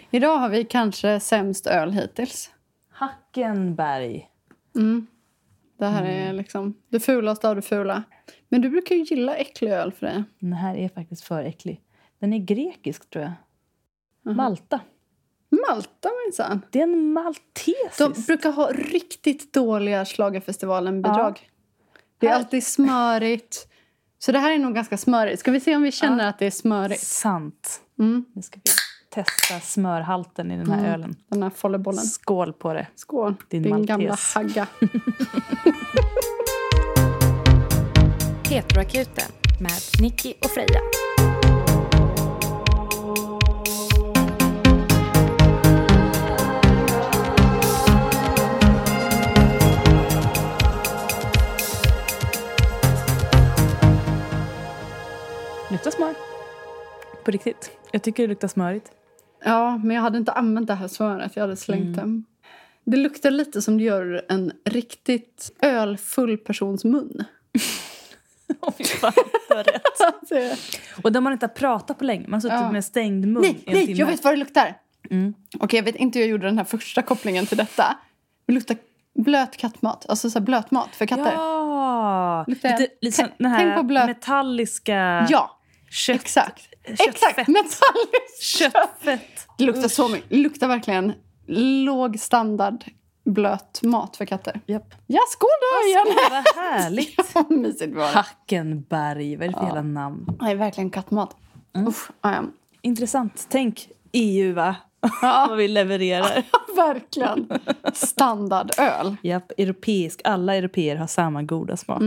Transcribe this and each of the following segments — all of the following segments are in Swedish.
Idag har vi kanske sämst öl hittills. Hackenberg. Det här är liksom det fulaste av det fula. Men du brukar ju gilla äcklig öl för det. Den här är faktiskt för äcklig. Den är grekisk, tror jag. Malta. Malta, minsann. Det är en maltesisk. De brukar ha riktigt dåliga Schlagerfestivalen-bidrag. Det är alltid smörigt. Så det här är nog ganska smörigt. Ska vi se om vi känner att det är smörigt? Sant. Nu ska vi testa smörhalten i den här ölen. Den här follebollen. Skål på det. Skål. Din gamla hagga. Heteroakuten med Nicky och Freja. Luktar smör. På riktigt. Jag tycker det luktar smörigt. Ja, men jag hade inte använt det här smöret. Jag hade slängt dem. Det luktar lite som det gör en riktigt ölfull persons mun. Fan, du har rätt. Och där man inte har pratat på länge. Man har suttit med stängd mun i en timme. Nej, jag vet vad det luktar. Okej, jag vet inte hur jag gjorde den här första kopplingen till detta. Det luktar blöt kattmat. Alltså så här blöt mat för katter. Ja, lite den här tänk på blöt metalliska... Ja, kött, exakt. Köttfett. Exakt, metalliskt Köttfett. Det luktar så mycket. Det luktar verkligen låg standard blöt mat för katter. Japp. Ja, skål då igen. Vad härligt. Ja, mysigt var det. Hackenberg, vad är det för hela namn? Det är verkligen kattmat. Uff, Intressant. Tänk EU, va? Vad vi levererar. Verkligen. Standardöl. Japp, europeisk. Alla europeer har samma goda smak.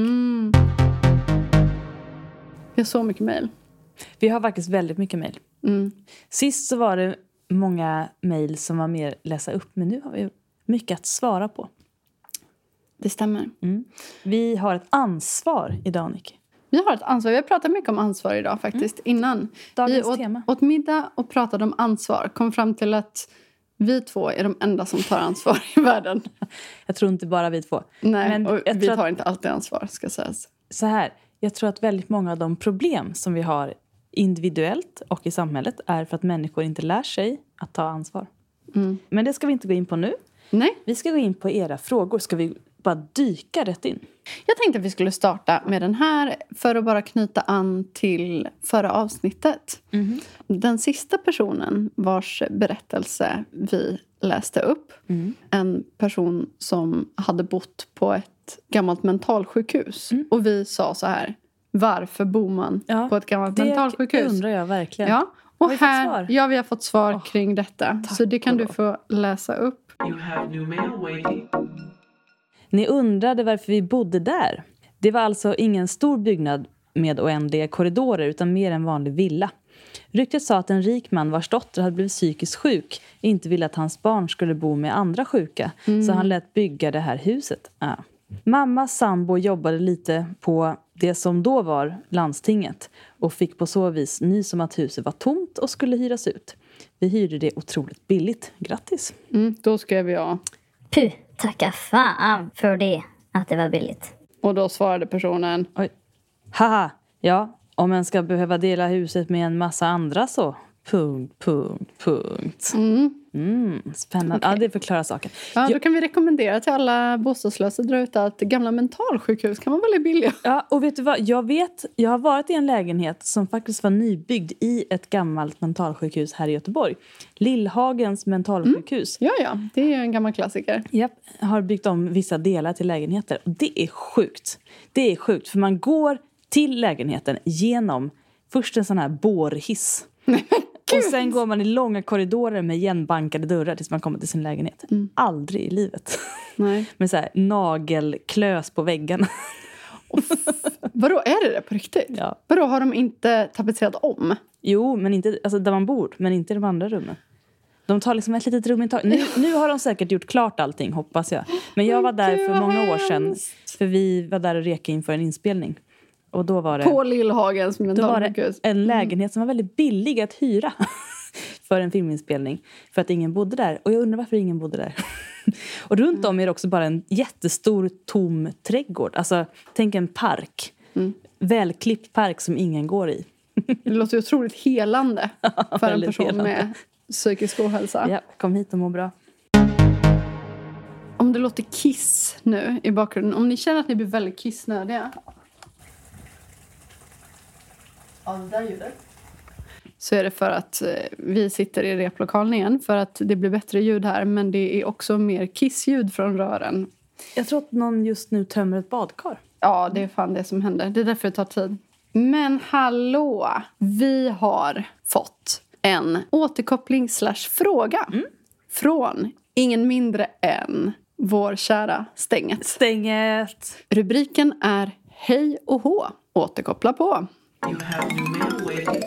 Vi har så mycket mejl. Vi har faktiskt väldigt mycket mejl. Sist så var det många mejl som var mer läsa upp. Men nu har vi mycket att svara på. Det stämmer. Vi har ett ansvar idag, Nicky. Vi har ett ansvar. Vi har pratat mycket om ansvar idag faktiskt. Innan. Dagens vi tema. åt middag och pratade om ansvar. Kom fram till att vi två är de enda som tar ansvar i världen. Jag tror inte bara vi två. Nej, men och vi tar inte alltid ansvar, ska sägas. Så här, jag tror att väldigt många av de problem som vi har individuellt och i samhället är för att människor inte lär sig att ta ansvar. Men det ska vi inte gå in på nu. Nej. Vi ska gå in på era frågor. Ska vi bara dyka rätt in? Jag tänkte att vi skulle starta med den här för att bara knyta an till förra avsnittet. Den sista personen vars berättelse vi läste upp. En person som hade bott på ett gammalt mentalsjukhus. Och vi sa så här: varför bor man på ett gammalt mentalsjukhus? Det undrar jag verkligen. Ja. Och har vi här, fått svar? Ja, vi har fått svar kring detta. Så det kan du få läsa upp. You have new mail waiting. Ni undrade varför vi bodde där. Det var alltså ingen stor byggnad med oändliga korridorer utan mer en vanlig villa. Ryktet sa att en rik man vars dotter hade blivit psykiskt sjuk inte ville att hans barn skulle bo med andra sjuka. Så han lät bygga det här huset. Mammas sambo jobbade lite på det som då var landstinget och fick på så vis nys om att huset var tomt och skulle hyras ut. Vi hyrde det otroligt billigt. Grattis! Då skrev jag. Puh, tacka fan för det, att det var billigt. Och då svarade personen. Oj. Haha, ja, om man ska behöva dela huset med en massa andra så. Punkt. Spännande. Okay. Ja, det förklarar saken. Ja, då kan vi rekommendera till alla bostadslösa där ute att gamla mentalsjukhus kan vara väldigt billiga. Ja, och vet du vad? Jag har varit i en lägenhet som faktiskt var nybyggd i ett gammalt mentalsjukhus här i Göteborg. Lillhagens mentalsjukhus. Ja, det är ju en gammal klassiker. Japp, har byggt om vissa delar till lägenheter. Och det är sjukt. Det är sjukt, för man går till lägenheten genom först en sån här bårhiss. Och sen går man i långa korridorer med igenbankade dörrar tills man kommer till sin lägenhet. Aldrig i livet. Nej. Med så här nagelklös på väggarna. Vadå, är det på riktigt? Ja. Vadå, har de inte tapetserat om? Jo, men inte alltså där man bor, men inte i de andra rummen. De tar liksom ett litet rum i taget. Nu har de säkert gjort klart allting, hoppas jag. Men jag var där för många år sedan. För vi var där och reka inför en inspelning. Och då var det... På Lillhagens mentalsjukhus. Då var det en lägenhet som var väldigt billig att hyra. För en filminspelning. För att ingen bodde där. Och jag undrar varför ingen bodde där. Och runt om är det också bara en jättestor tom trädgård. Alltså, tänk en park. Välklippt park som ingen går i. Det låter otroligt helande för en person helande. med psykisk ohälsa. Ja, kom hit och må bra. Om det låter kiss nu i bakgrunden. Om ni känner att ni blir väldigt kissnödiga. Ja, det där ljudet. Så är det för att vi sitter i replokalen igen. För att det blir bättre ljud här. Men det är också mer kissljud från rören. Jag tror att någon just nu tömmer ett badkar. Ja, det är fan det som händer. Det är därför det tar tid. Men hallå! Vi har fått en återkoppling/fråga. Från ingen mindre än vår kära Stänget. Stänget! Rubriken är Hej och hå, återkoppla på. You have new mail waiting.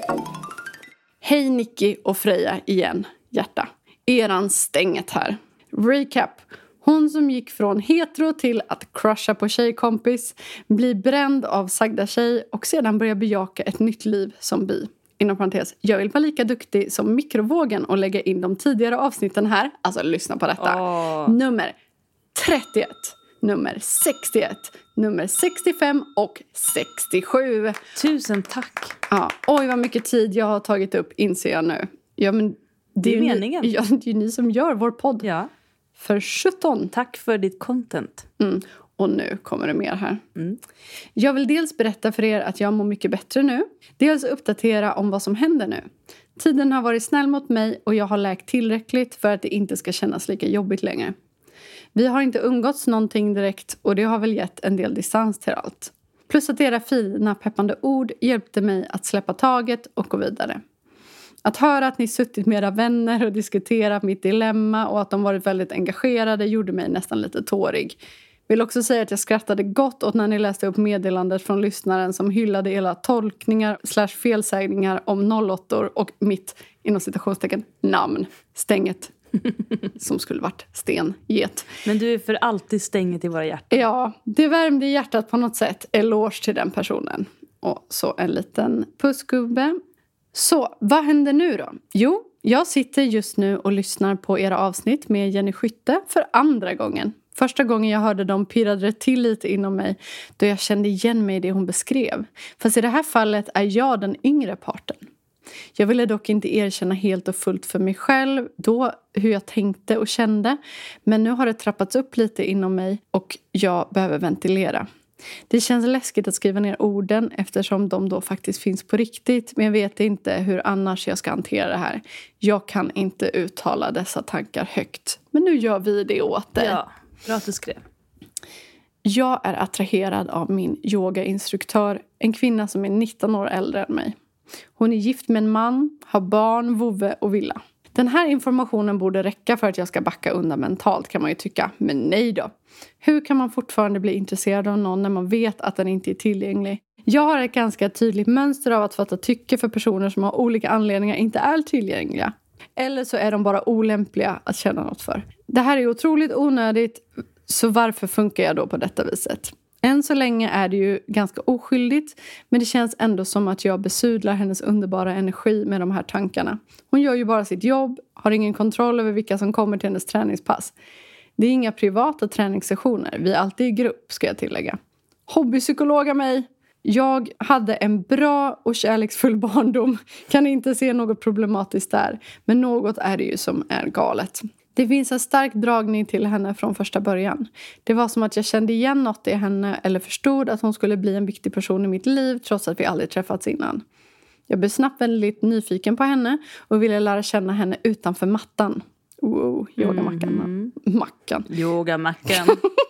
Hej Nicky och Freja igen, hjärta. Eran Stänget här. Recap. Hon som gick från hetero till att crusha på tjejkompis, bli bränd av sagda tjej och sedan börja bejaka ett nytt liv som bi. Inom parentes, jag vill vara lika duktig som mikrovågen och lägga in de tidigare avsnitten här. Alltså lyssna på detta. Nummer 31, nummer 61, nummer 65 och 67. Tusen tack. Ja, oj vad mycket tid jag har tagit upp, inser jag nu. Ja, men det är meningen. Ja, det är ni som gör vår podd. Ja. För 17. Tack för ditt content. Och nu kommer det mer här. Jag vill dels berätta för er att jag mår mycket bättre nu. Dels uppdatera om vad som händer nu. Tiden har varit snäll mot mig och jag har läkt tillräckligt för att det inte ska kännas lika jobbigt längre. Vi har inte umgåtts någonting direkt och det har väl gett en del distans till allt. Plus att era fina peppande ord hjälpte mig att släppa taget och gå vidare. Att höra att ni suttit med era vänner och diskuterat mitt dilemma och att de varit väldigt engagerade gjorde mig nästan lite tårig. Vill också säga att jag skrattade gott åt när ni läste upp meddelandet från lyssnaren som hyllade era tolkningar / felsägningar om 08 och mitt, inom citationstecken, namn, Stänget. Som skulle varit stenget. Men du är för alltid Stänget i våra hjärtan. Ja, det värmde i hjärtat på något sätt. Eloge till den personen. Och så en liten pussgubbe. Så, vad händer nu då? Jo, jag sitter just nu och lyssnar på era avsnitt med Jenny Skytte för andra gången. Första gången jag hörde dem pirrade det till lite inom mig då jag kände igen mig i det hon beskrev. Fast i det här fallet är jag den yngre parten. Jag ville dock inte erkänna helt och fullt för mig själv då hur jag tänkte och kände. Men nu har det trappats upp lite inom mig och jag behöver ventilera. Det känns läskigt att skriva ner orden eftersom de då faktiskt finns på riktigt. Men jag vet inte hur annars jag ska hantera det här. Jag kan inte uttala dessa tankar högt. Men nu gör vi det åt dig. Ja, bra att du skrev. Jag är attraherad av min yogainstruktör. En kvinna som är 19 år äldre än mig. Hon är gift med en man, har barn, vovve och villa. Den här informationen borde räcka för att jag ska backa undan mentalt kan man ju tycka. Men nej då. Hur kan man fortfarande bli intresserad av någon när man vet att den inte är tillgänglig? Jag har ett ganska tydligt mönster av att fatta tycke för personer som av olika anledningar inte är tillgängliga. Eller så är de bara olämpliga att känna något för. Det här är otroligt onödigt, så varför funkar jag då på detta viset? Än så länge är det ju ganska oskyldigt, men det känns ändå som att jag besudlar hennes underbara energi med de här tankarna. Hon gör ju bara sitt jobb, har ingen kontroll över vilka som kommer till hennes träningspass. Det är inga privata träningssessioner, vi är alltid i grupp ska jag tillägga. Hobbypsykolog av mig. Jag hade en bra och kärleksfull barndom, kan inte se något problematiskt där, men något är det ju som är galet. Det finns en stark dragning till henne från första början. Det var som att jag kände igen något i henne eller förstod att hon skulle bli en viktig person i mitt liv trots att vi aldrig träffats innan. Jag blev snabbt väldigt nyfiken på henne och ville lära känna henne utanför mattan. Yogamackan. Mackan. Yogamackan.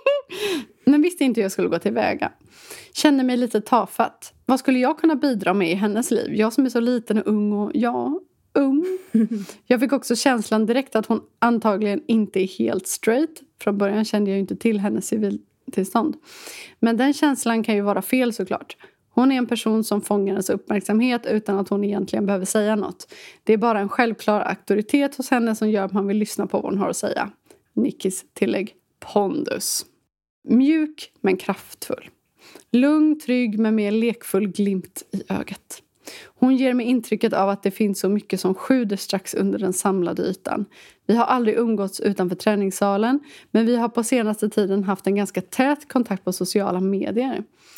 Men visste inte hur jag skulle gå tillväga. Kände mig lite tafatt. Vad skulle jag kunna bidra med i hennes liv? Jag som är så liten och ung och ung. Jag fick också känslan direkt att hon antagligen inte är helt straight. Från början kände jag inte till hennes civiltillstånd. Men den känslan kan ju vara fel såklart. Hon är en person som fångar ens uppmärksamhet utan att hon egentligen behöver säga något. Det är bara en självklar auktoritet hos henne som gör att man vill lyssna på vad hon har att säga. Nickis tillägg. Pondus. Mjuk men kraftfull. Lugn, trygg men med lekfull glimt i ögat. Hon ger mig intrycket av att det finns så mycket som sjuder strax under den samlade ytan. Vi har aldrig umgåtts utanför träningssalen, men vi har på senaste tiden haft en ganska tät kontakt på sociala medier.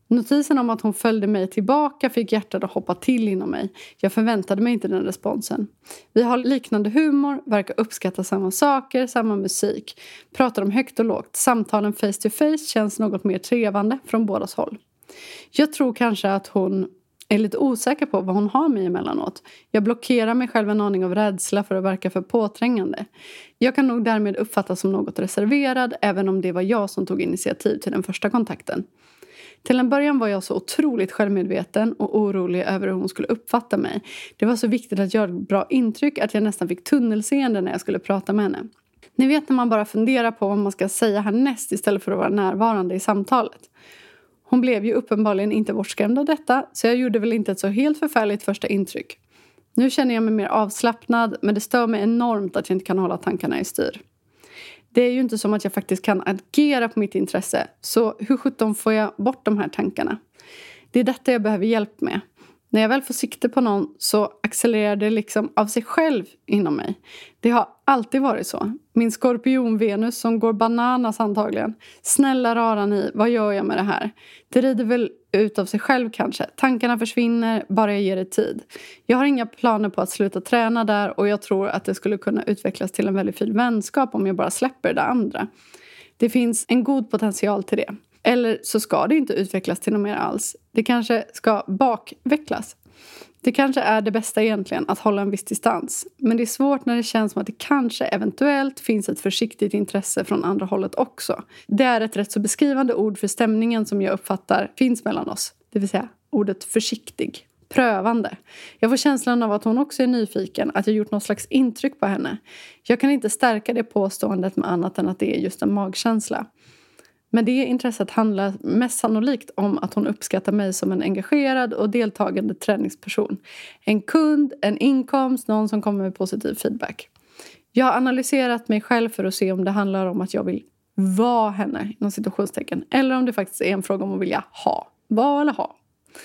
Notisen om att hon följde mig tillbaka fick hjärtat att hoppa till inom mig. Jag förväntade mig inte den responsen. Vi har liknande humor, verkar uppskatta samma saker, samma musik. Pratar om högt och lågt. Samtalen face to face känns något mer trevande från bådas håll. Jag tror kanske att hon är lite osäker på vad hon har mig emellanåt. Jag blockerar mig själv en aning av rädsla för att verka för påträngande. Jag kan nog därmed uppfattas som något reserverad, även om det var jag som tog initiativ till den första kontakten. Till en början var jag så otroligt självmedveten och orolig över hur hon skulle uppfatta mig. Det var så viktigt att göra ett bra intryck att jag nästan fick tunnelseende när jag skulle prata med henne. Ni vet när man bara funderar på vad man ska säga härnäst istället för att vara närvarande i samtalet. Hon blev ju uppenbarligen inte bortskrämd av detta, så jag gjorde väl inte ett så helt förfärligt första intryck. Nu känner jag mig mer avslappnad, men det stör mig enormt att jag inte kan hålla tankarna i styr. Det är ju inte som att jag faktiskt kan agera på mitt intresse, så hur sjutton får jag bort de här tankarna? Det är detta jag behöver hjälp med. När jag väl får sikte på någon så accelererar det liksom av sig själv inom mig. Det har alltid varit så. Min skorpion-Venus som går bananas antagligen. Snälla rara ni, vad gör jag med det här? Det rider väl ut av sig själv kanske. Tankarna försvinner, bara jag ger det tid. Jag har inga planer på att sluta träna där och jag tror att det skulle kunna utvecklas till en väldigt fin vänskap om jag bara släpper det andra. Det finns en god potential till det. Eller så ska det inte utvecklas till något mer alls. Det kanske ska bakvecklas. Det kanske är det bästa egentligen att hålla en viss distans. Men det är svårt när det känns som att det kanske eventuellt finns ett försiktigt intresse från andra hållet också. Det är ett rätt så beskrivande ord för stämningen som jag uppfattar finns mellan oss. Det vill säga ordet försiktig. Prövande. Jag får känslan av att hon också är nyfiken, att jag gjort något slags intryck på henne. Jag kan inte stärka det påståendet med annat än att det är just en magkänsla. Men det intresset handlar mest sannolikt om att hon uppskattar mig som en engagerad och deltagande träningsperson. En kund, en inkomst, någon som kommer med positiv feedback. Jag har analyserat mig själv för att se om det handlar om att jag vill vara henne, inom situationstecken. Eller om det faktiskt är en fråga om att vilja ha. Vara eller ha.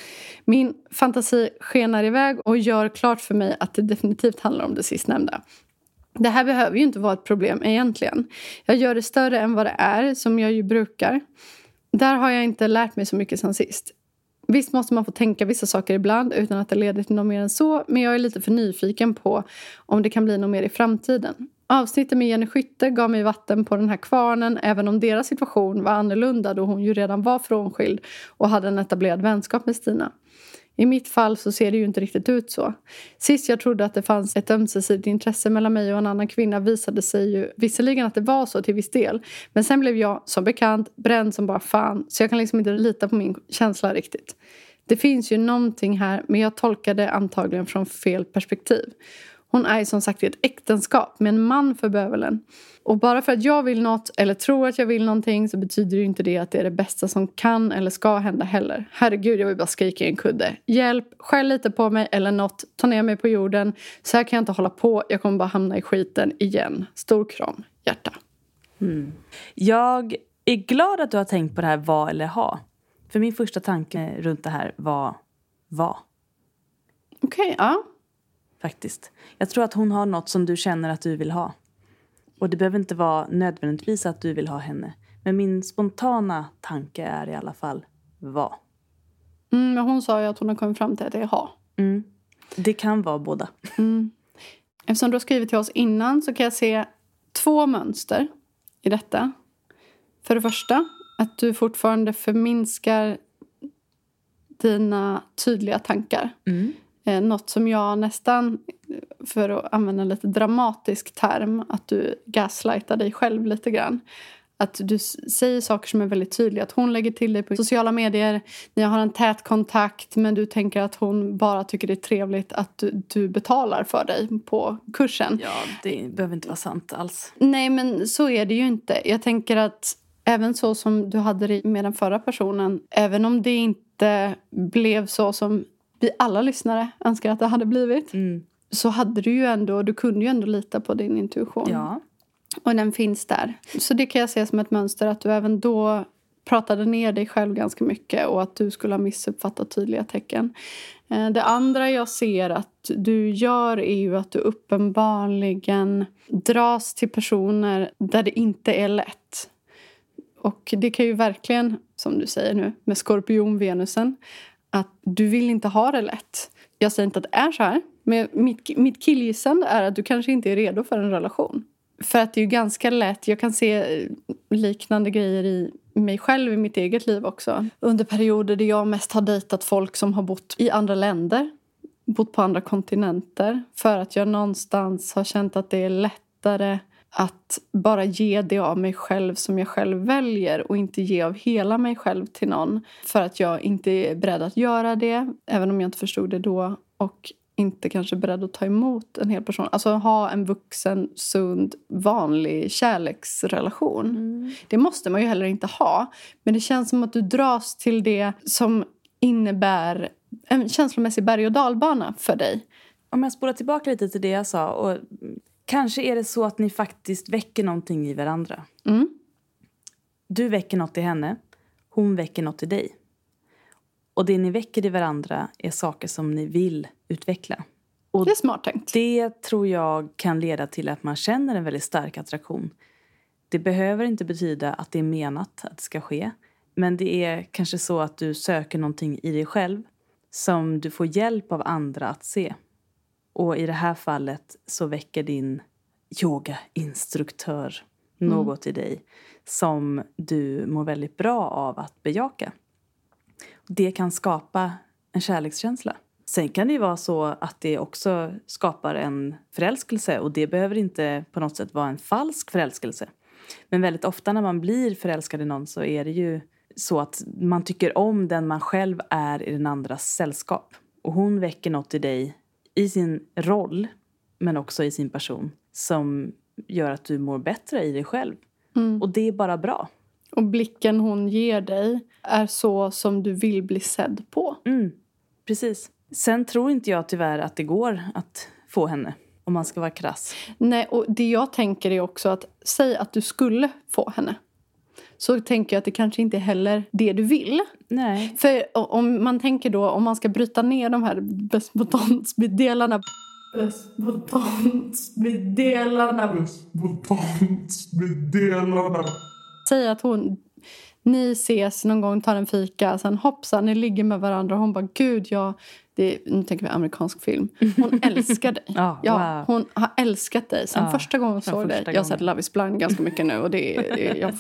Min fantasi skenar iväg och gör klart för mig att det definitivt handlar om det sistnämnda. Det här behöver ju inte vara ett problem egentligen. Jag gör det större än vad det är, som jag ju brukar. Där har jag inte lärt mig så mycket sen sist. Visst måste man få tänka vissa saker ibland utan att det leder till något mer än så. Men jag är lite för nyfiken på om det kan bli något mer i framtiden. Avsnittet med Jenny Skytte gav mig vatten på den här kvarnen, även om deras situation var annorlunda då hon ju redan var frånskild och hade en etablerad vänskap med Stina. I mitt fall så ser det ju inte riktigt ut så. Sist jag trodde att det fanns ett ömsesidigt intresse mellan mig och en annan kvinna visade sig ju visserligen att det var så till viss del. Men sen blev jag som bekant bränd som bara fan, så jag kan liksom inte lita på min känsla riktigt. Det finns ju någonting här, men jag tolkade antagligen från fel perspektiv. Hon är som sagt i ett äktenskap med en man för bövelen. Och bara för att jag vill något eller tror att jag vill någonting så betyder ju inte det att det är det bästa som kan eller ska hända heller. Herregud, jag vill bara skrika i en kudde. Hjälp, skäll lite på mig eller något. Ta ner mig på jorden. Så här kan jag inte hålla på. Jag kommer bara hamna i skiten igen. Stor kram, hjärta. Jag är glad att du har tänkt på det här vad eller ha. För min första tanke runt det här var vad. Okej, ja. Faktiskt. Jag tror att hon har något som du känner att du vill ha. Och det behöver inte vara nödvändigtvis att du vill ha henne. Men min spontana tanke är i alla fall vad. Men hon sa ju att hon har kommit fram till att det är ha. Det kan vara båda. Eftersom du har skrivit till oss innan så kan jag se 2 mönster i detta. För det första, att du fortfarande förminskar dina tydliga tankar. Något som jag nästan, för att använda en lite dramatisk term, att du gaslightar dig själv lite grann. Att du säger saker som är väldigt tydliga. Att hon lägger till dig på sociala medier. Ni har en tät kontakt. Men du tänker att hon bara tycker det är trevligt att du betalar för dig på kursen. Ja, det behöver inte vara sant alls. Nej, men så är det ju inte. Jag tänker att även så som du hade det med den förra personen. Även om det inte blev så som vi alla lyssnare önskar att det hade blivit. Så hade du ju ändå, du kunde ju ändå lita på din intuition. Ja. Och den finns där. Så det kan jag se som ett mönster att du även då pratade ner dig själv ganska mycket. Och att du skulle ha missuppfattat tydliga tecken. Det andra jag ser att du gör är ju att du uppenbarligen dras till personer där det inte är lätt. Och det kan ju verkligen som du säger nu, med skorpion-Venusen, att du vill inte ha det lätt. Jag säger inte att det är så här, men mitt killgissande är att du kanske inte är redo för en relation. För att det är ju ganska lätt, jag kan se liknande grejer i mig själv i mitt eget liv också. Under perioder där jag mest har dejtat folk som har bott i andra länder, bott på andra kontinenter. För att jag någonstans har känt att det är lättare att bara ge det av mig själv som jag själv väljer och inte ge av hela mig själv till någon. För att jag inte är beredd att göra det, även om jag inte förstod det då, och inte kanske beredd att ta emot en hel person. Alltså ha en vuxen, sund, vanlig kärleksrelation. Det måste man ju heller inte ha. Men det känns som att du dras till det som innebär en känslomässig berg- och dalbana för dig. Om jag spolar tillbaka lite till det jag sa. Och kanske är det så att ni faktiskt väcker någonting i varandra. Du väcker något i henne. Hon väcker något i dig. Och det ni väcker i varandra är saker som ni vill utveckla. Och det är smart tänkt. Det tror jag kan leda till att man känner en väldigt stark attraktion. Det behöver inte betyda att det är menat att det ska ske. Men det är kanske så att du söker någonting i dig själv som du får hjälp av andra att se. Och i det här fallet så väcker din yogainstruktör något i dig som du mår väldigt bra av att bejaka. Det kan skapa en kärlekskänsla. Sen kan det ju vara så att det också skapar en förälskelse. Och det behöver inte på något sätt vara en falsk förälskelse. Men väldigt ofta när man blir förälskad i någon så är det ju så att man tycker om den man själv är i den andras sällskap. Och hon väcker något i dig i sin roll men också i sin person som gör att du mår bättre i dig själv. Och det är bara bra. Och blicken hon ger dig är så som du vill bli sedd på. Precis. Sen tror inte jag tyvärr att det går att få henne. Om man ska vara krass. Nej, och det jag tänker är också att säg att du skulle få henne. Så tänker jag att det kanske inte är heller det du vill. Nej. För om man tänker då, om man ska bryta ner de här beståndsdelarna. Säg att ni ses någon gång, tar en fika, sen hoppsan, ni ligger med varandra och hon bara, gud, nu tänker vi amerikansk film. Hon älskar dig. Wow. Hon har älskat dig sen första gången hon såg dig. Jag har sett Love is blind ganska mycket nu och jag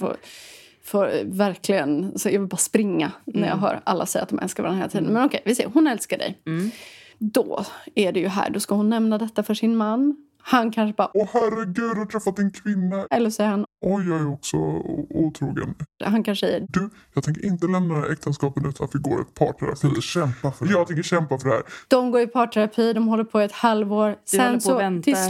får verkligen, så jag vill bara springa när jag hör alla säga att de älskar varandra hela tiden. Men okej, vi ser, hon älskar dig. Då är det ju här, då ska hon nämna detta för sin man. Han kanske bara, åh herregud, jag har träffat en kvinna. Eller säger han, oj, jag är också otrogen. Han kanske säger, du, jag tänker inte lämna det här äktenskapet utan att vi går ett parterapi. Jag tänker kämpa för det här. De går i parterapi, de håller på ett halvår. Sen så till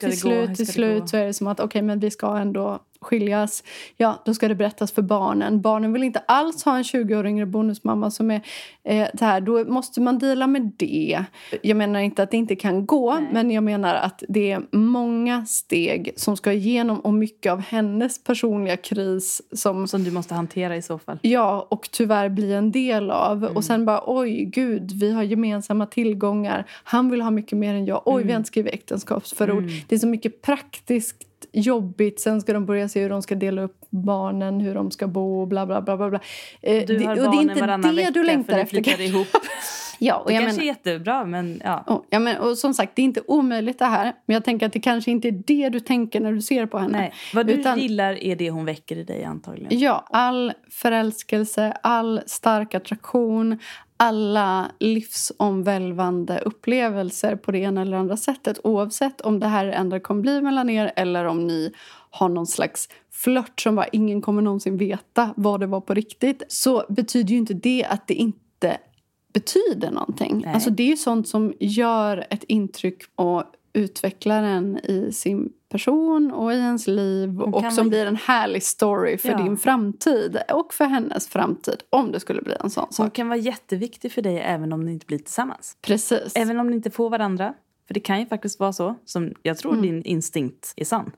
slut så är det som att okej, men vi ska ändå skiljas. Ja, då ska det berättas för barnen. Barnen vill inte alls ha en 20 år yngre bonusmamma som är det här. Då måste man dela med det. Jag menar inte att det inte kan gå, men jag menar att det är många steg som ska igenom och mycket av hennes personliga kris som du måste hantera i så fall. Ja, och tyvärr bli en del av. Och sen bara, oj gud, vi har gemensamma tillgångar. Han vill ha mycket mer än jag. Oj, vi har inte skrivit äktenskapsförord. Det är så mycket praktiskt jobbigt. Sen ska de börja se hur de ska dela upp barnen, hur de ska bo, bla bla bla bla. Du har barnen varannan vecka du längtar för ni flyttar ihop. Ja, och det kanske är jättebra, men ja. Och som sagt, det är inte omöjligt det här. Men jag tänker att det kanske inte är det du tänker när du ser på henne. Nej, vad du gillar är det hon väcker i dig antagligen. Ja, all förälskelse, all stark attraktion, alla livsomvälvande upplevelser på det ena eller andra sättet. Oavsett om det här ändå kommer bli mellan er eller om ni har någon slags flört som bara ingen kommer någonsin veta vad det var på riktigt. Så betyder ju inte det att det inte betyder någonting. Nej. Alltså det är ju sånt som gör ett intryck och utvecklar en i sin person och i ens liv och som blir en härlig story för din framtid och för hennes framtid om det skulle bli en sån sak. Hon kan vara jätteviktig för dig även om ni inte blir tillsammans. Precis. Även om ni inte får varandra. För det kan ju faktiskt vara så, som jag tror din instinkt är sann.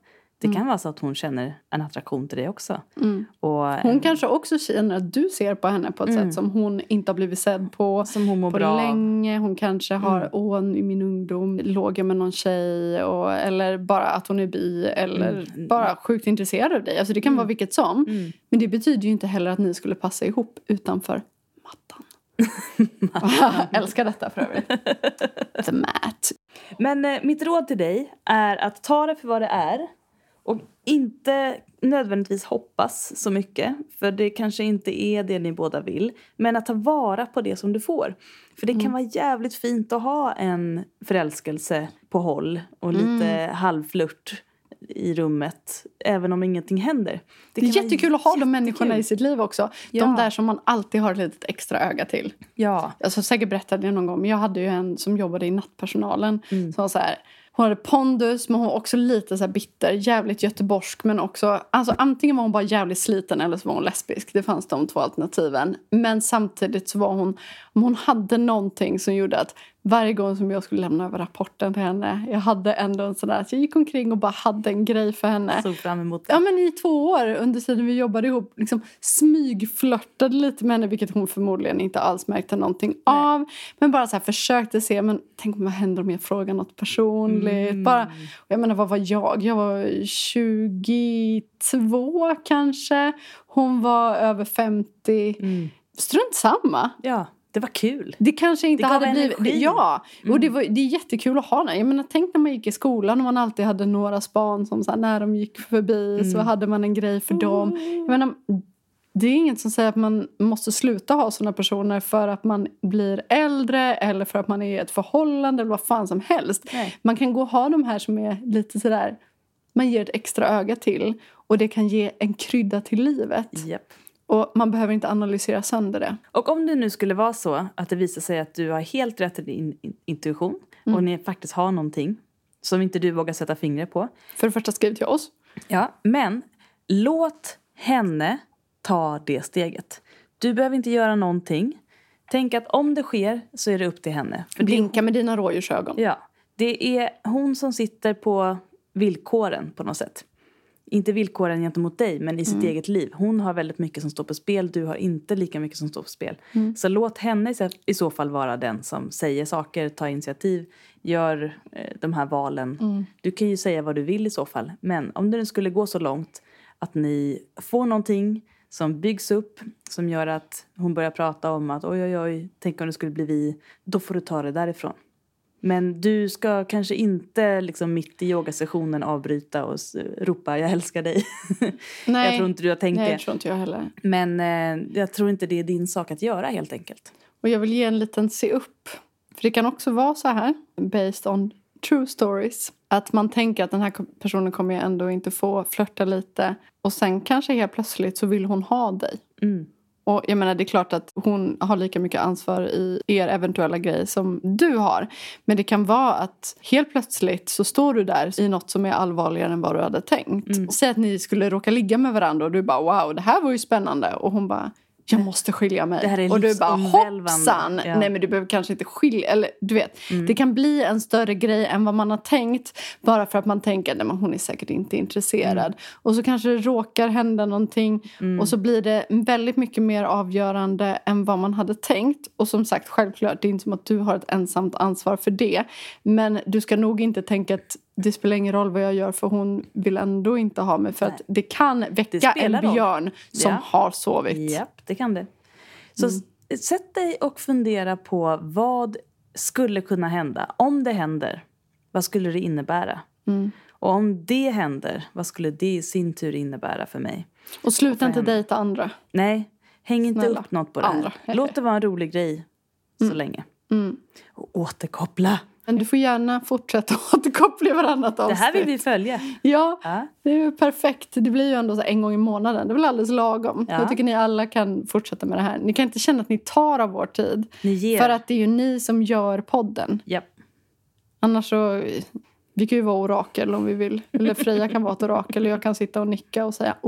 Det kan vara så att hon känner en attraktion till dig också. Och, hon kanske också känner att du ser på henne på ett sätt som hon inte har blivit sedd på. Som hon mår på bra. länge. Hon kanske har, i min ungdom låg jag med någon tjej. Eller bara att hon är bi. Eller bara sjukt intresserad av dig. Alltså det kan vara vilket som. Men det betyder ju inte heller att ni skulle passa ihop utanför mattan. Älskar detta för övrigt. The mat. Men mitt råd till dig är att ta det för vad det är. Och inte nödvändigtvis hoppas så mycket. För det kanske inte är det ni båda vill. Men att ta vara på det som du får. För det kan vara jävligt fint att ha en förälskelse på håll. Och lite halvflört i rummet. Även om ingenting händer. Det är jättekul att ha de människorna i sitt liv också. Ja. De där som man alltid har ett litet extra öga till. Ja. Alltså säkert berättade jag någon gång. Men jag hade ju en som jobbade i nattpersonalen. Som var så här. Hon hade pondus, men hon var också lite så här bitter. Jävligt göteborgsk, men också... Alltså antingen var hon bara jävligt sliten eller så var hon lesbisk. Det fanns de 2 alternativen. Men samtidigt så var hon... Hon hade någonting som gjorde att varje gång som jag skulle lämna över rapporten till henne... Jag hade ändå en sån där... Så jag gick omkring och bara hade en grej för henne. Såg fram emot det. Ja, men i 2 år under tiden vi jobbade ihop. Liksom smygflörtade lite med henne. Vilket hon förmodligen inte alls märkte någonting av. Men bara så här försökte se. Men tänk vad händer om jag frågar något personligt. Bara, jag menar, vad var jag? Jag var 22 kanske. Hon var över 50. Strunt samma. Ja, det var kul. Det kanske inte det hade energi. blivit... Ja, och det är jättekul att ha den. Jag menar, tänk när man gick i skolan och man alltid hade några span som så här, när de gick förbi så hade man en grej för dem. Jag menar, det är inget som säger att man måste sluta ha såna personer för att man blir äldre eller för att man är i ett förhållande eller vad fan som helst. Nej. Man kan gå och ha de här som är lite sådär, man ger ett extra öga till och det kan ge en krydda till livet. Japp. Och man behöver inte analysera sönder det. Och om det nu skulle vara så att det visar sig att du har helt rätt i din intuition och ni faktiskt har någonting som inte du vågar sätta fingret på. För det första, skriv till oss. Ja, men låt henne ta det steget. Du behöver inte göra någonting. Tänk att om det sker så är det upp till henne. För Blinka med dina rådjursögon. Ja, det är hon som sitter på villkoren på något sätt. Inte villkoren gentemot dig, men i sitt eget liv. Hon har väldigt mycket som står på spel. Du har inte lika mycket som står på spel. Så låt henne i så fall vara den som säger saker, tar initiativ, gör de här valen. Du kan ju säga vad du vill i så fall. Men om det skulle gå så långt att ni får någonting som byggs upp, som gör att hon börjar prata om att oj, tänk om det skulle bli vi. Då får du ta det därifrån. Men du ska kanske inte liksom mitt i yogasessionen avbryta och ropa jag älskar dig. Nej. Jag tror inte du har tänkt det. Nej, jag tror inte jag heller. Men jag tror inte det är din sak att göra helt enkelt. Och jag vill ge en liten se upp. För det kan också vara så här, based on true stories. Att man tänker att den här personen kommer jag ändå inte få flirta lite. Och sen kanske helt plötsligt så vill hon ha dig. Och jag menar, det är klart att hon har lika mycket ansvar i er eventuella grej som du har. Men det kan vara att helt plötsligt så står du där i något som är allvarligare än vad du hade tänkt. Säg att ni skulle råka ligga med varandra och du bara wow, det här var ju spännande. Och hon bara, jag måste skilja mig. Det här är och du bara hoppsan. Ja. Nej, men du behöver kanske inte skilja. Eller du vet, det kan bli en större grej än vad man har tänkt. Bara för att man tänker, nej men hon är säkert inte intresserad. Och så kanske det råkar hända någonting. Och så blir det väldigt mycket mer avgörande än vad man hade tänkt. Och som sagt, självklart, det är inte som att du har ett ensamt ansvar för det. Men du ska nog inte tänka att det spelar ingen roll vad jag gör för hon vill ändå inte ha mig. För att det kan väcka en björn som har sovit. Japp, det kan det. Så sätt dig och fundera på vad skulle kunna hända. Om det händer, vad skulle det innebära? Och om det händer, vad skulle det i sin tur innebära för mig? Och sluta inte dejta andra. Nej, häng inte Snälla. upp något på det här. Låt det vara en rolig grej så länge. Och återkoppla. Men du får gärna fortsätta återkoppla varannat avsnitt. Det här vill vi följa. Ja, det är ju perfekt. Det blir ju ändå så en gång i månaden. Det är väl alldeles lagom. Ja. Jag tycker ni alla kan fortsätta med det här. Ni kan inte känna att ni tar av vår tid. Ni ger. För att det är ju ni som gör podden. Japp. Annars så... Vi kan ju vara orakel om vi vill. Eller Freja kan vara ett orakel. Och jag kan sitta och nicka och säga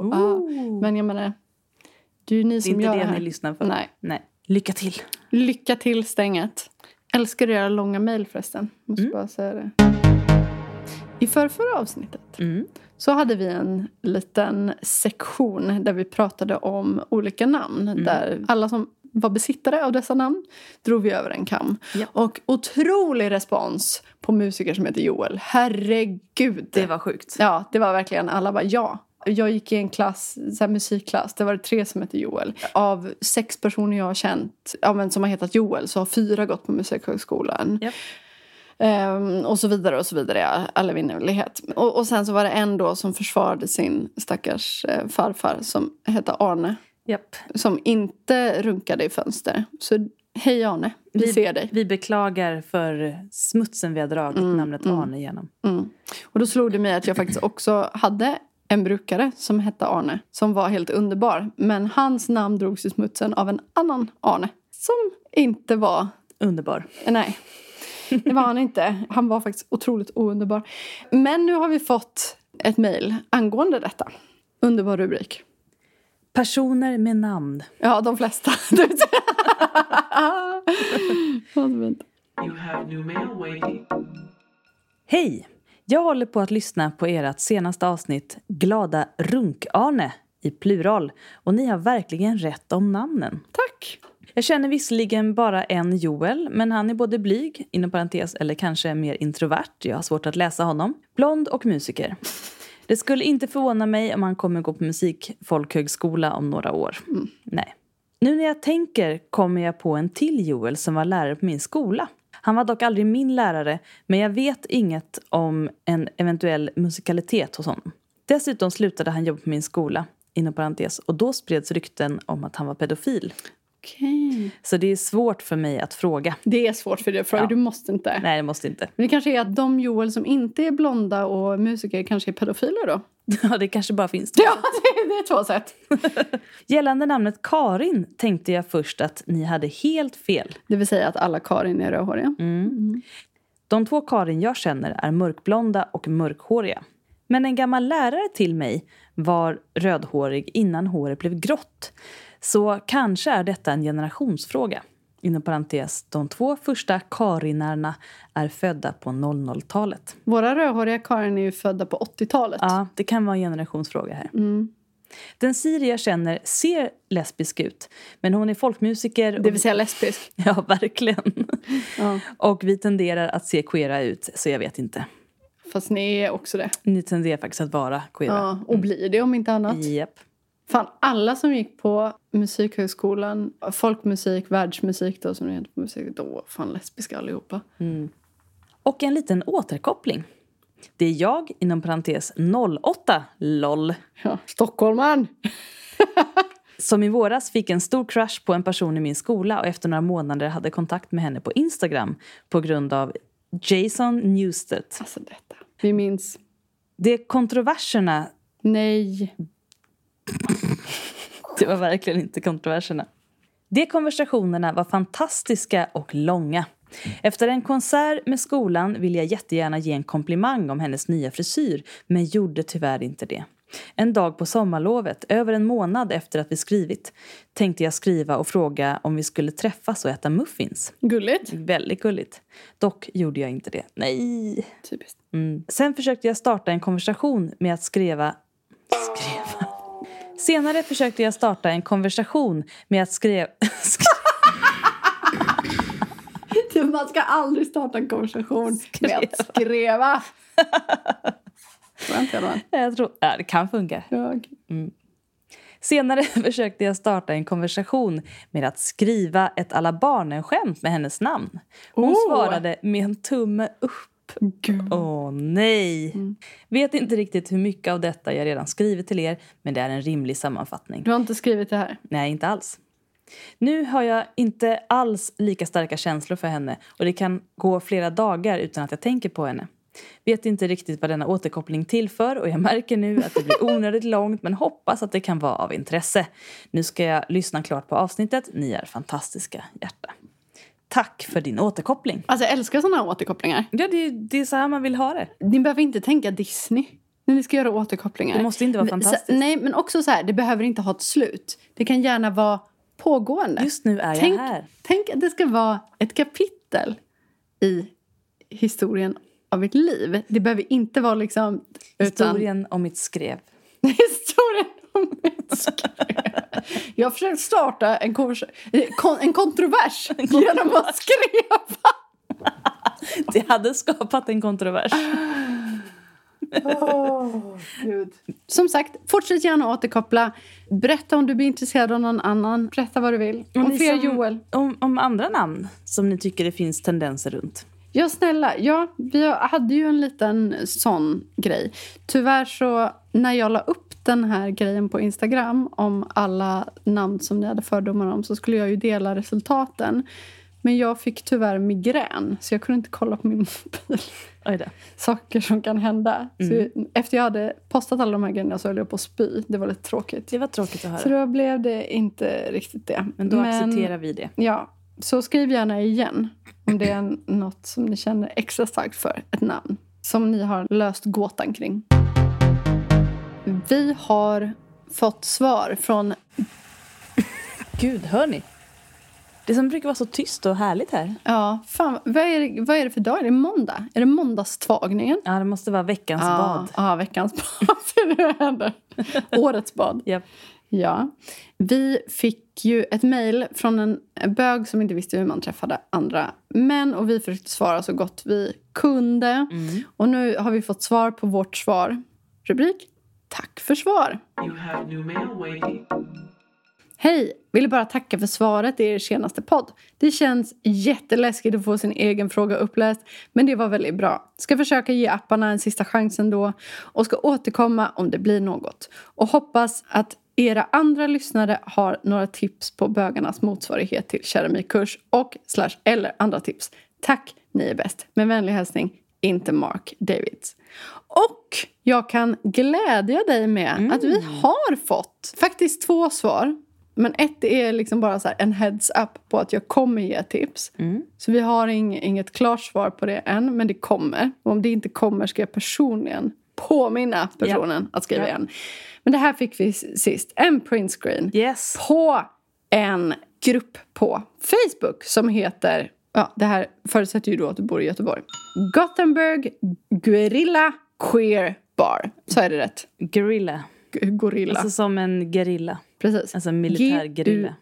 Men jag menar... Det är ju ni som gör det här. Det är inte det ni lyssnar för. Nej. Lycka till. Lycka till, Stänget. Älskar era långa mejl förresten. Måste bara säga det. I förra avsnittet så hade vi en liten sektion där vi pratade om olika namn. Där alla som var besittare av dessa namn drog vi över en kam. Ja. Och otrolig respons på musiker som heter Joel. Herregud. Det var sjukt. Ja, det var verkligen alla bara ja. Jag gick i en klass, så här musikklass. Det var 3 som hette Joel. Av 6 personer jag har känt som har hetat Joel så har 4 gått på musikhögskolan. Yep. Och så vidare och så vidare i all evinnerlighet. Och sen så var det en då som försvarade sin stackars farfar som hette Arne. Yep. Som inte runkade i fönster. Så hej Arne, vi ser dig. Vi beklagar för smutsen vi har dragit namnet Arne igenom. Och då slog det mig att jag faktiskt också hade en brukare som hette Arne. Som var helt underbar. Men hans namn drogs i smutsen av en annan Arne. Som inte var underbar. Nej. Det var han inte. Han var faktiskt otroligt ounderbar. Men nu har vi fått ett mejl angående detta. Underbar rubrik. Personer med namn. Ja, de flesta. You have new mail waiting. Hej! Jag håller på att lyssna på ert senaste avsnitt Glada Runk-Arne i plural. Och ni har verkligen rätt om namnen. Tack! Jag känner visserligen bara en Joel, men han är både blyg, inom parentes, eller kanske mer introvert. Jag har svårt att läsa honom. Blond och musiker. Det skulle inte förvåna mig om han kommer gå på musikfolkhögskola om några år. Nej. Nu när jag tänker kommer jag på en till Joel som var lärare på min skola. Han var dock aldrig min lärare, men jag vet inget om en eventuell musikalitet hos honom. Dessutom slutade han jobba på min skola, inom parentes, och då spreds rykten om att han var pedofil. Okej. Så det är svårt för mig att fråga. Det är svårt för dig att fråga, du måste inte. Nej, jag måste inte. Men det kanske är att de Joel som inte är blonda och musiker kanske är pedofiler då? Ja, det kanske bara finns det. Ja, det är 2 sätt. Gällande namnet Karin tänkte jag först att ni hade helt fel. Det vill säga att alla Karin är rödhåriga. De 2 Karin jag känner är mörkblonda och mörkhåriga. Men en gammal lärare till mig var rödhårig innan håret blev grått. Så kanske är detta en generationsfråga. Inom parentes, de 2 första Karinarna är födda på 00-talet. Våra rödhåriga Karin är ju födda på 80-talet. Ja, det kan vara en generationsfråga här. Den Siri jag känner ser lesbisk ut. Men hon är folkmusiker. Det vill säga lesbisk. Ja, verkligen. Ja. Och vi tenderar att se queera ut, så jag vet inte. Fast ni är också det. Ni tenderar faktiskt att vara queera. Ja, och blir det om inte annat. Japp. Fan, alla som gick på musikhögskolan, folkmusik, världsmusik då, som det heter på musik, då fan lesbiska allihopa. Och en liten återkoppling. Det är jag, inom parentes 08, LOL. Ja, Stockholman! Som i våras fick en stor crush på en person i min skola och efter några månader hade kontakt med henne på Instagram på grund av Jason Newsted. Alltså detta. Vi minns. Det är kontroverserna. Nej. Det var verkligen inte kontroverserna. De konversationerna var fantastiska och långa. Efter en konsert med skolan ville jag jättegärna ge en komplimang om hennes nya frisyr, men gjorde tyvärr inte det. En dag på sommarlovet, över en månad efter att vi skrivit, tänkte jag skriva och fråga om vi skulle träffas och äta muffins. Gulligt. Väldigt gulligt. Dock gjorde jag inte det. Nej. Typiskt. Sen försökte jag starta en konversation med att skriva. Senare försökte jag starta en konversation med att skriva. Man ska aldrig starta en konversation med att skriva. Jag tror det kan funka. Ja. Senare försökte jag starta en konversation med att skriva ett alla barnen-skämt med hennes namn. Hon svarade med en tumme upp. Åh nej. Vet inte riktigt hur mycket av detta jag redan skrivit till er, men det är en rimlig sammanfattning. Du har inte skrivit det här? Nej, inte alls. Nu har jag inte alls lika starka känslor för henne och det kan gå flera dagar utan att jag tänker på henne. Vet inte riktigt vad denna återkoppling tillför och jag märker nu att det blir onödigt långt men hoppas att det kan vara av intresse. Nu ska jag lyssna klart på avsnittet. Ni är fantastiska, hjärta. Tack för din återkoppling. Alltså jag älskar sådana här återkopplingar. Ja, det är så här man vill ha det. Ni behöver inte tänka Disney när ni ska göra återkopplingar. Det måste inte vara fantastiskt. Nej, men också så här, det behöver inte ha ett slut. Det kan gärna vara pågående. Just nu är jag här. Tänk att det ska vara ett kapitel i historien av ert liv. Det behöver inte vara liksom... Historien om mitt skrev. Historien om mitt skrev. Jag har försökt starta en kontrovers genom att skriva. Det hade skapat en kontrovers. Gud. Som sagt, fortsätt gärna återkoppla. Berätta om du blir intresserad av någon annan. Berätta vad du vill. Om fler Joel. Om andra namn som ni tycker det finns tendenser runt. Ja, snälla. Ja, vi hade ju en liten sån grej. Tyvärr så, när jag la upp den här grejen på Instagram om alla namn som ni hade fördomar om, så skulle jag ju dela resultaten. Men jag fick tyvärr migrän, så jag kunde inte kolla på min mobil. Oj då. Saker som kan hända. Så efter jag hade postat alla de här grejerna så höll jag på att spy. Det var lite tråkigt. Det var tråkigt att höra. Så då blev det inte riktigt det. Men då accepterar vi det. Ja, så skriv gärna igen om det är något som ni känner extra starkt för. Ett namn som ni har löst gåtan kring. Vi har fått svar från... Gud, hör ni? Det som brukar vara så tyst och härligt här. Ja, fan. Vad är det för dag? Är det måndag? Är det måndagstvagningen? Ja, det måste vara veckans bad. Ja, veckans bad. Det händer. Årets bad. Yep. Ja. Vi fick ju ett mejl från en bög som inte visste hur man träffade andra män. Och vi försökte svara så gott vi kunde. Och nu har vi fått svar på vårt svar. Rubrik: Tack för svar. You have new mail waiting. Hej, ville bara tacka för svaret i er senaste podd. Det känns jätteläskigt att få sin egen fråga uppläst, men det var väldigt bra. Ska försöka ge apparna en sista chans ändå och ska återkomma om det blir något. Och hoppas att era andra lyssnare har några tips på bögarnas motsvarighet till keramikkurs och / eller andra tips. Tack, ni är bäst. Med vänlig hälsning, inte Mark Davids. Och jag kan glädja dig med att vi har fått faktiskt 2 svar. Men ett är liksom bara så här en heads up på att jag kommer ge tips. Så vi har inget klart svar på det än, men det kommer. Och om det inte kommer ska jag personligen påminna personen att skriva igen. Men det här fick vi sist. En printscreen på en grupp på Facebook som heter... Ja, det här förutsätter ju då att du bor i Göteborg. Gothenburg Guerrilla Queer Bar. Så är det rätt. Gorilla. Alltså som en gerilla. Precis. Alltså en militär gerilla.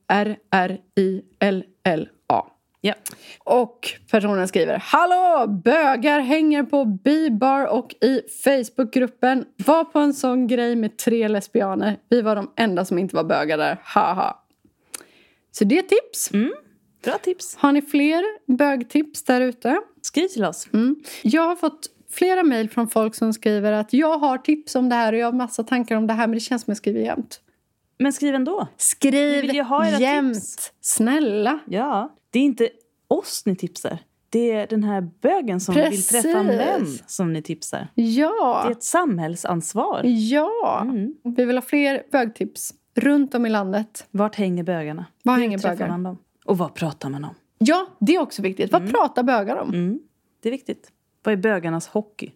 Gerilla. Ja. Och personen skriver: Hallå, bögar hänger på B-bar och i Facebookgruppen. Var på en sån grej med 3 lesbianer. Vi var de enda som inte var bögar där. Haha. Så det är tips. Bra tips. Har ni fler bögtips där ute? Skriv till oss. Jag har fått flera mejl från folk som skriver att jag har tips om det här och jag har massa tankar om det här, men det känns som jag skriver jämt. Men skriv ändå. Skriv vill ju ha era jämt. tips. Snälla. Ja, det är inte oss ni tipsar. Det är den här bögen som vill träffa män som ni tipsar. Ja. Det är ett samhällsansvar. Ja. Vi vill ha fler bögtips runt om i landet. Vart hänger bögarna? Var Hur hänger träffar bögar? man dem? Och vad pratar man om? Ja, det är också viktigt. Vad pratar bögar om? Det är viktigt. Vad är bögarnas hockey?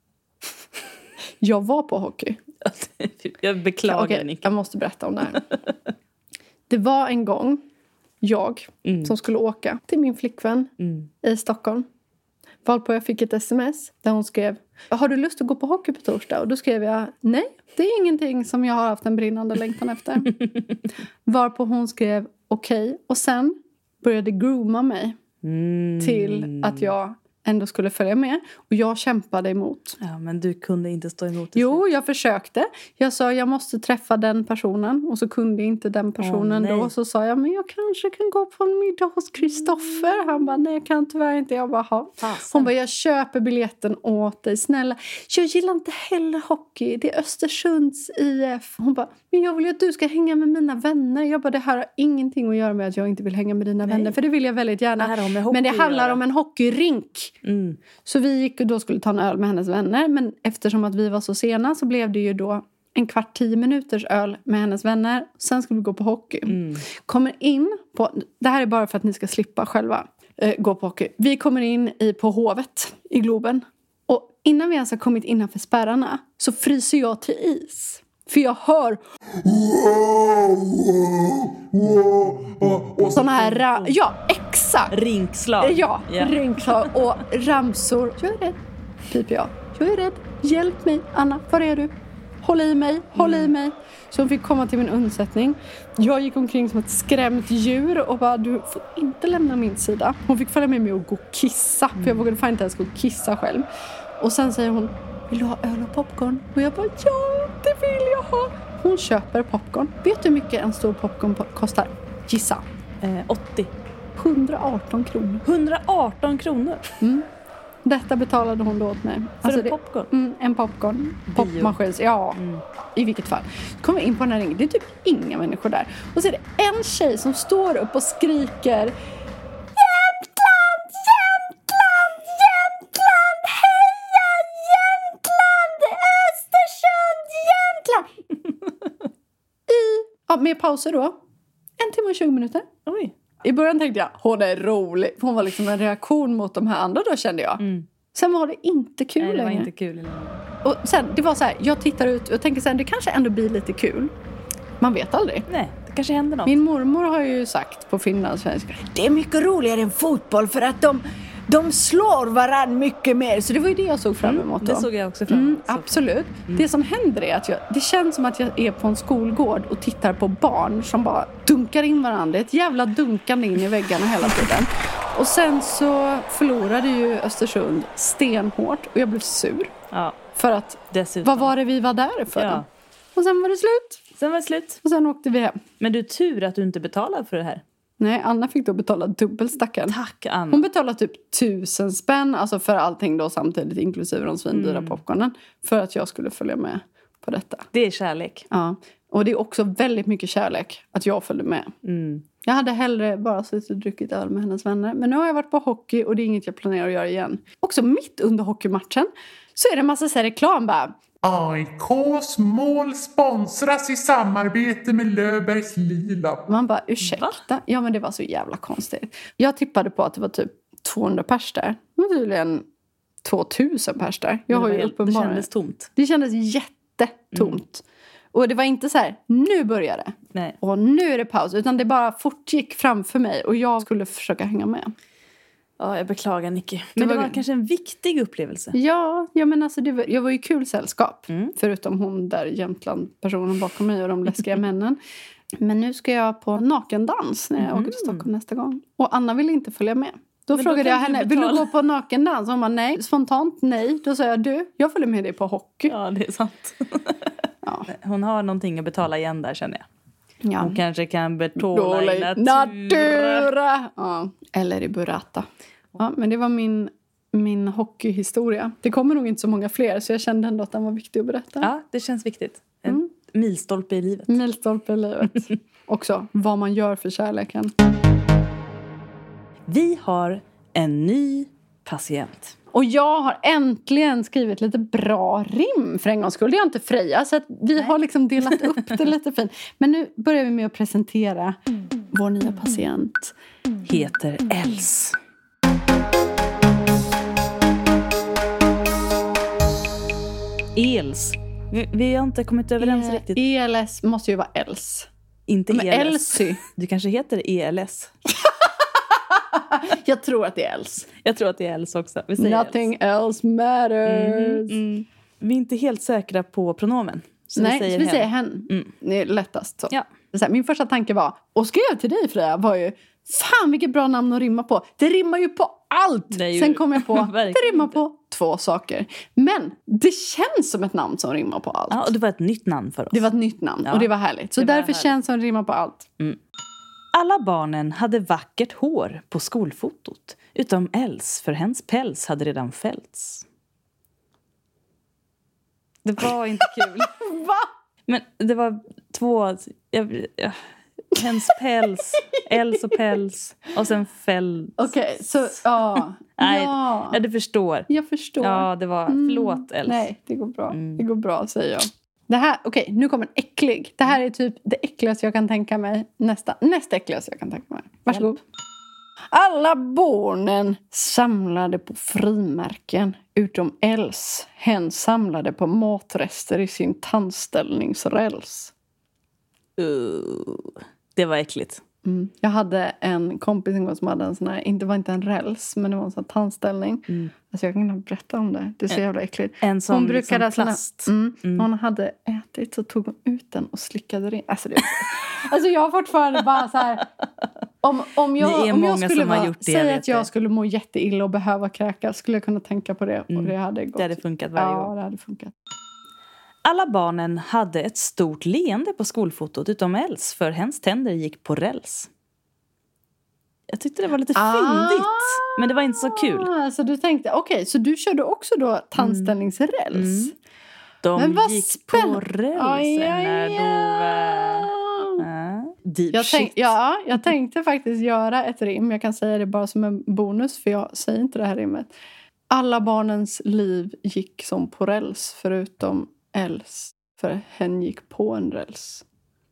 Jag var på hockey. Jag beklagar, Okej, Nick. jag måste berätta om det här. Det var en gång jag som skulle åka till min flickvän i Stockholm. Varpå jag fick ett sms där hon skrev: har du lust att gå på hockey på torsdag? Och då skrev jag: nej, det är ingenting som jag har haft en brinnande längtan efter. Varpå hon skrev: okej. Och sen började grooma mig till att jag ändå skulle följa med. Och jag kämpade emot. Ja, men du kunde inte stå emot. Jo, jag försökte. Jag sa jag måste träffa den personen. Och så kunde inte den personen då. Så sa jag, men jag kanske kan gå på en middag hos Kristoffer. Han bara, nej jag kan tyvärr inte. Jag bara, ha. Hon bara, jag köper biljetten åt dig. Snälla, jag gillar inte heller hockey. Det är Östersunds IF. Hon bara, men jag vill ju att du ska hänga med mina vänner. Jag bara, det här har ingenting att göra med att jag inte vill hänga med dina vänner. För det vill jag väldigt gärna. Men det handlar om en hockeyrink. Så vi gick och då skulle ta en öl med hennes vänner. Men eftersom att vi var så sena så blev det ju då 10 minuters öl med hennes vänner. Sen skulle vi gå på hockey. Kommer in på, det här är bara för att ni ska slippa själva gå på hockey. Vi kommer in på Hovet i Globen. Och innan vi ens har kommit innanför spärrarna så fryser jag till is. För jag hör såna här, ja, exakt. Rinkslag. Ja, rinkslag och ramsor. Jag är rädd. piper jag. Jag är rädd. Hjälp mig, Anna. Var är du? Håll i mig. Så hon fick komma till min undsättning. Jag gick omkring som ett skrämt djur och bara, du får inte lämna min sida. Hon fick följa med mig och gå och kissa. För jag vågade fan inte ens gå och kissa själv. Och sen säger hon, vill du ha öl och popcorn? Och jag bara, ja, det vill jag ha. Hon köper popcorn. Vet du hur mycket en stor popcorn kostar? Gissa. 80. 118 kronor. 118 kronor? Detta betalade hon då åt mig. För en popcorn? En popcorn. Popmaskin. Ja, i vilket fall. Så kommer jag in på den här ringen. Det är typ inga människor där. Och så är det en tjej som står upp och skriker, Jämtland! Heja Jämtland! Östersund! Jämtland! Med pauser då. 1 timme och 20 minuter. Oj. I början tänkte jag, hon är rolig. För hon var liksom en reaktion mot de här andra då, kände jag. Sen var det inte kul längre. Nej, det var inte kul längre. Och sen, det var så här, jag tittar ut och tänker sen, det kanske ändå blir lite kul. Man vet aldrig. Nej, det kanske händer något. Min mormor har ju sagt på finlandssvenska, det är mycket roligare än fotboll för att de slår varann mycket mer. Så det var ju det jag såg fram emot då. Det såg jag också fram emot. Absolut. Det som händer är att det känns som att jag är på en skolgård och tittar på barn som bara dunkar in varandra. Ett jävla dunkande in i väggarna hela tiden. Och sen så förlorade ju Östersund stenhårt och jag blev sur. Ja. För att, dessutom. Vad var det vi var där för? Ja. Och sen var det slut. Och sen åkte vi hem. Men du, tur att du inte betalade för det här. Nej, Anna fick då betala dubbelstacken. Tack, Anna. Hon betalade typ 1000 spänn. Alltså för allting då samtidigt, inklusive de svindyra popcornen. För att jag skulle följa med på detta. Det är kärlek. Ja, och det är också väldigt mycket kärlek att jag följde med. Jag hade hellre bara suttit och druckit öl med hennes vänner. Men nu har jag varit på hockey och det är inget jag planerar att göra igen. Också mitt under hockeymatchen så är det en massa så här reklam bara. AIKs mål sponsras i samarbete med Löfbergs Lila. Man bara, ursäkta? Va? Ja, men det var så jävla konstigt. Jag tippade på att det var typ 200 pers där. Det var tydligen 2000 pers där. Det kändes tomt. Det kändes jättetomt. Och det var inte så här, nu börjar det. Nej. Och nu är det paus. Utan det bara fortgick framför mig. Och jag skulle försöka hänga med. Ja, jag beklagar, Nicky. Men det var kanske en viktig upplevelse. Ja, men alltså jag var ju kul sällskap. Förutom hon där Jämtland-personen bakom mig och de läskiga männen. Men nu ska jag på nakendans när jag åker till Stockholm nästa gång. Och Anna ville inte följa med. Då frågade jag henne, vill du gå på nakendans? Hon bara, nej. Spontant nej. Då sa jag, jag följer med dig på hockey. Ja, det är sant. Ja. Hon har någonting att betala igen där, känner jag. Ja. Hon kanske kan betala i natura. Ja. Eller i burrata. Ja, men det var min hockeyhistoria. Det kommer nog inte så många fler, så jag kände ändå att den var viktig att berätta. Ja, det känns viktigt. En milstolpe i livet. Milstolpe i livet. Också vad man gör för kärleken. Vi har en ny patient. Och jag har äntligen skrivit lite bra rim för en gångs skull. Det är inte Freja, så att vi har liksom delat upp det lite fint. Men nu börjar vi med att presentera vår nya patient. Heter Els. Els. Vi har inte kommit överens riktigt. ELS måste ju vara Els. Inte men ELS. Elsie. Du kanske heter ELS. Jag tror att det är Els. Jag tror att det är Els också. Vi säger Nothing else matters. Vi är inte helt säkra på pronomen. Så nej, vi säger så vi säger hen. Det är lättast så. Ja. Så här, min första tanke var, och skrev till dig Freja, var ju, fan vilket bra namn att rimma på. Det rimmar ju på allt. Sen kom jag på, det rimmar på 2 saker. Men det känns som ett namn som rimmar på allt. Ja, och det var ett nytt namn för oss. Det var ett nytt namn och det var härligt. Så därför känns det som rimmar på allt. Alla barnen hade vackert hår på skolfotot. Utom Els, för hens päls hade redan fällts. Det var inte kul. Va? Men det var 2... hens päls, Els och päls. Och sen fälls. Okej, så ja. Nej, ja, du förstår. Jag förstår. Ja, det var... Förlåt, Els. Nej, det går bra. Det går bra, säger jag. Det här, okej, nu kommer en äcklig. Det här är typ det äckligaste jag kan tänka mig. Nästa äckligaste jag kan tänka mig. Varsågod. Alla barnen samlade på frimärken utom Els. Hen samlade på matrester i sin tandställningsräls. Det var äckligt. Jag hade en kompis en gång som hade en sån här, det var inte en räls, men det var en sån här tandställning. Alltså jag kan inte berätta om det. Det är så jävla äckligt. En sån hon brukade liksom plast. Hon hade ätit så tog hon ut den och slickade det in. Alltså, alltså jag har fortfarande bara så här... Om jag skulle säga att jag skulle må jätteilla och behöva kräkas, skulle jag kunna tänka på det. Och det hade gått. Det hade funkat varje gång. Ja, det hade funkat. Alla barnen hade ett stort leende på skolfotot utom Els, för hens tänder gick på räls. Jag tyckte det var lite fyndigt, men det var inte så kul. Så du tänkte, okej, så du körde också då tandställningsräls? De gick på rälsen jag tänkte faktiskt göra ett rim. Jag kan säga det bara som en bonus, för jag säger inte det här rimmet. Alla barnens liv gick som på räls förutom Els, för hen gick på en räls.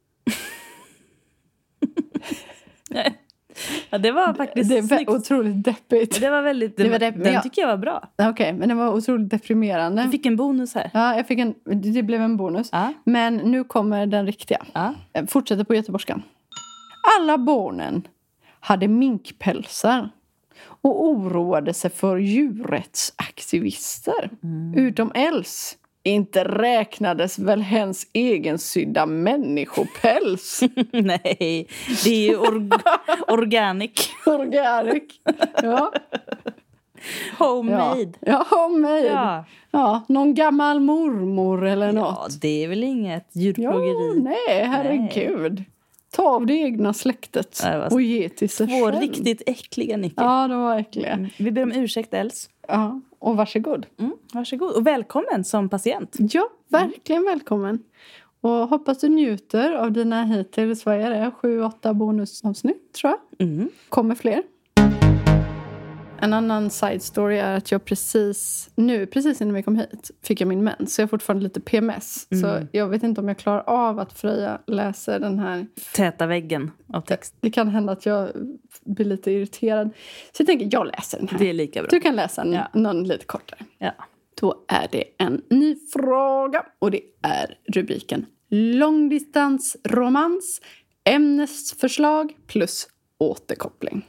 Ja, det var faktiskt det var otroligt deppigt. Det var väldigt den tycker jag var bra. Okej, men det var otroligt deprimerande. Du fick en bonus här. Ja, det blev en bonus. Men nu kommer den riktiga. Fortsätter på göteborgskan. Alla barnen hade minkpälsar och oroade sig för djurrättsaktivister. Utom Els. Inte räknades väl hens egensydda människopäls? Nej, det är ju organic. Organic, ja. Homemade. Ja, homemade. Ja, någon gammal mormor eller något. Ja, det är väl inget djurplågeri. Nej, herregud. Ta av det egna släktet och ge till sig själv. Två riktigt äckliga, Nicky. Ja, de var äckliga. Vi ber om ursäkt, Els. Ja, och varsågod. Varsågod. Och välkommen som patient. Ja, verkligen välkommen. Och hoppas du njuter av dina hittills, vad är det? 7-8 bonusavsnitt, tror jag. Kommer fler. En annan side story är att jag precis innan vi kom hit fick jag min mens. Så jag har fortfarande lite PMS. Så jag vet inte om jag klarar av att Freja läser den här täta väggen av text. Det kan hända att jag blir lite irriterad. Så jag tänker, jag läser den här. Det är lika bra. Du kan läsa någon lite kortare. Ja. Då är det en ny fråga. Och det är rubriken långdistansromans, ämnesförslag plus återkoppling.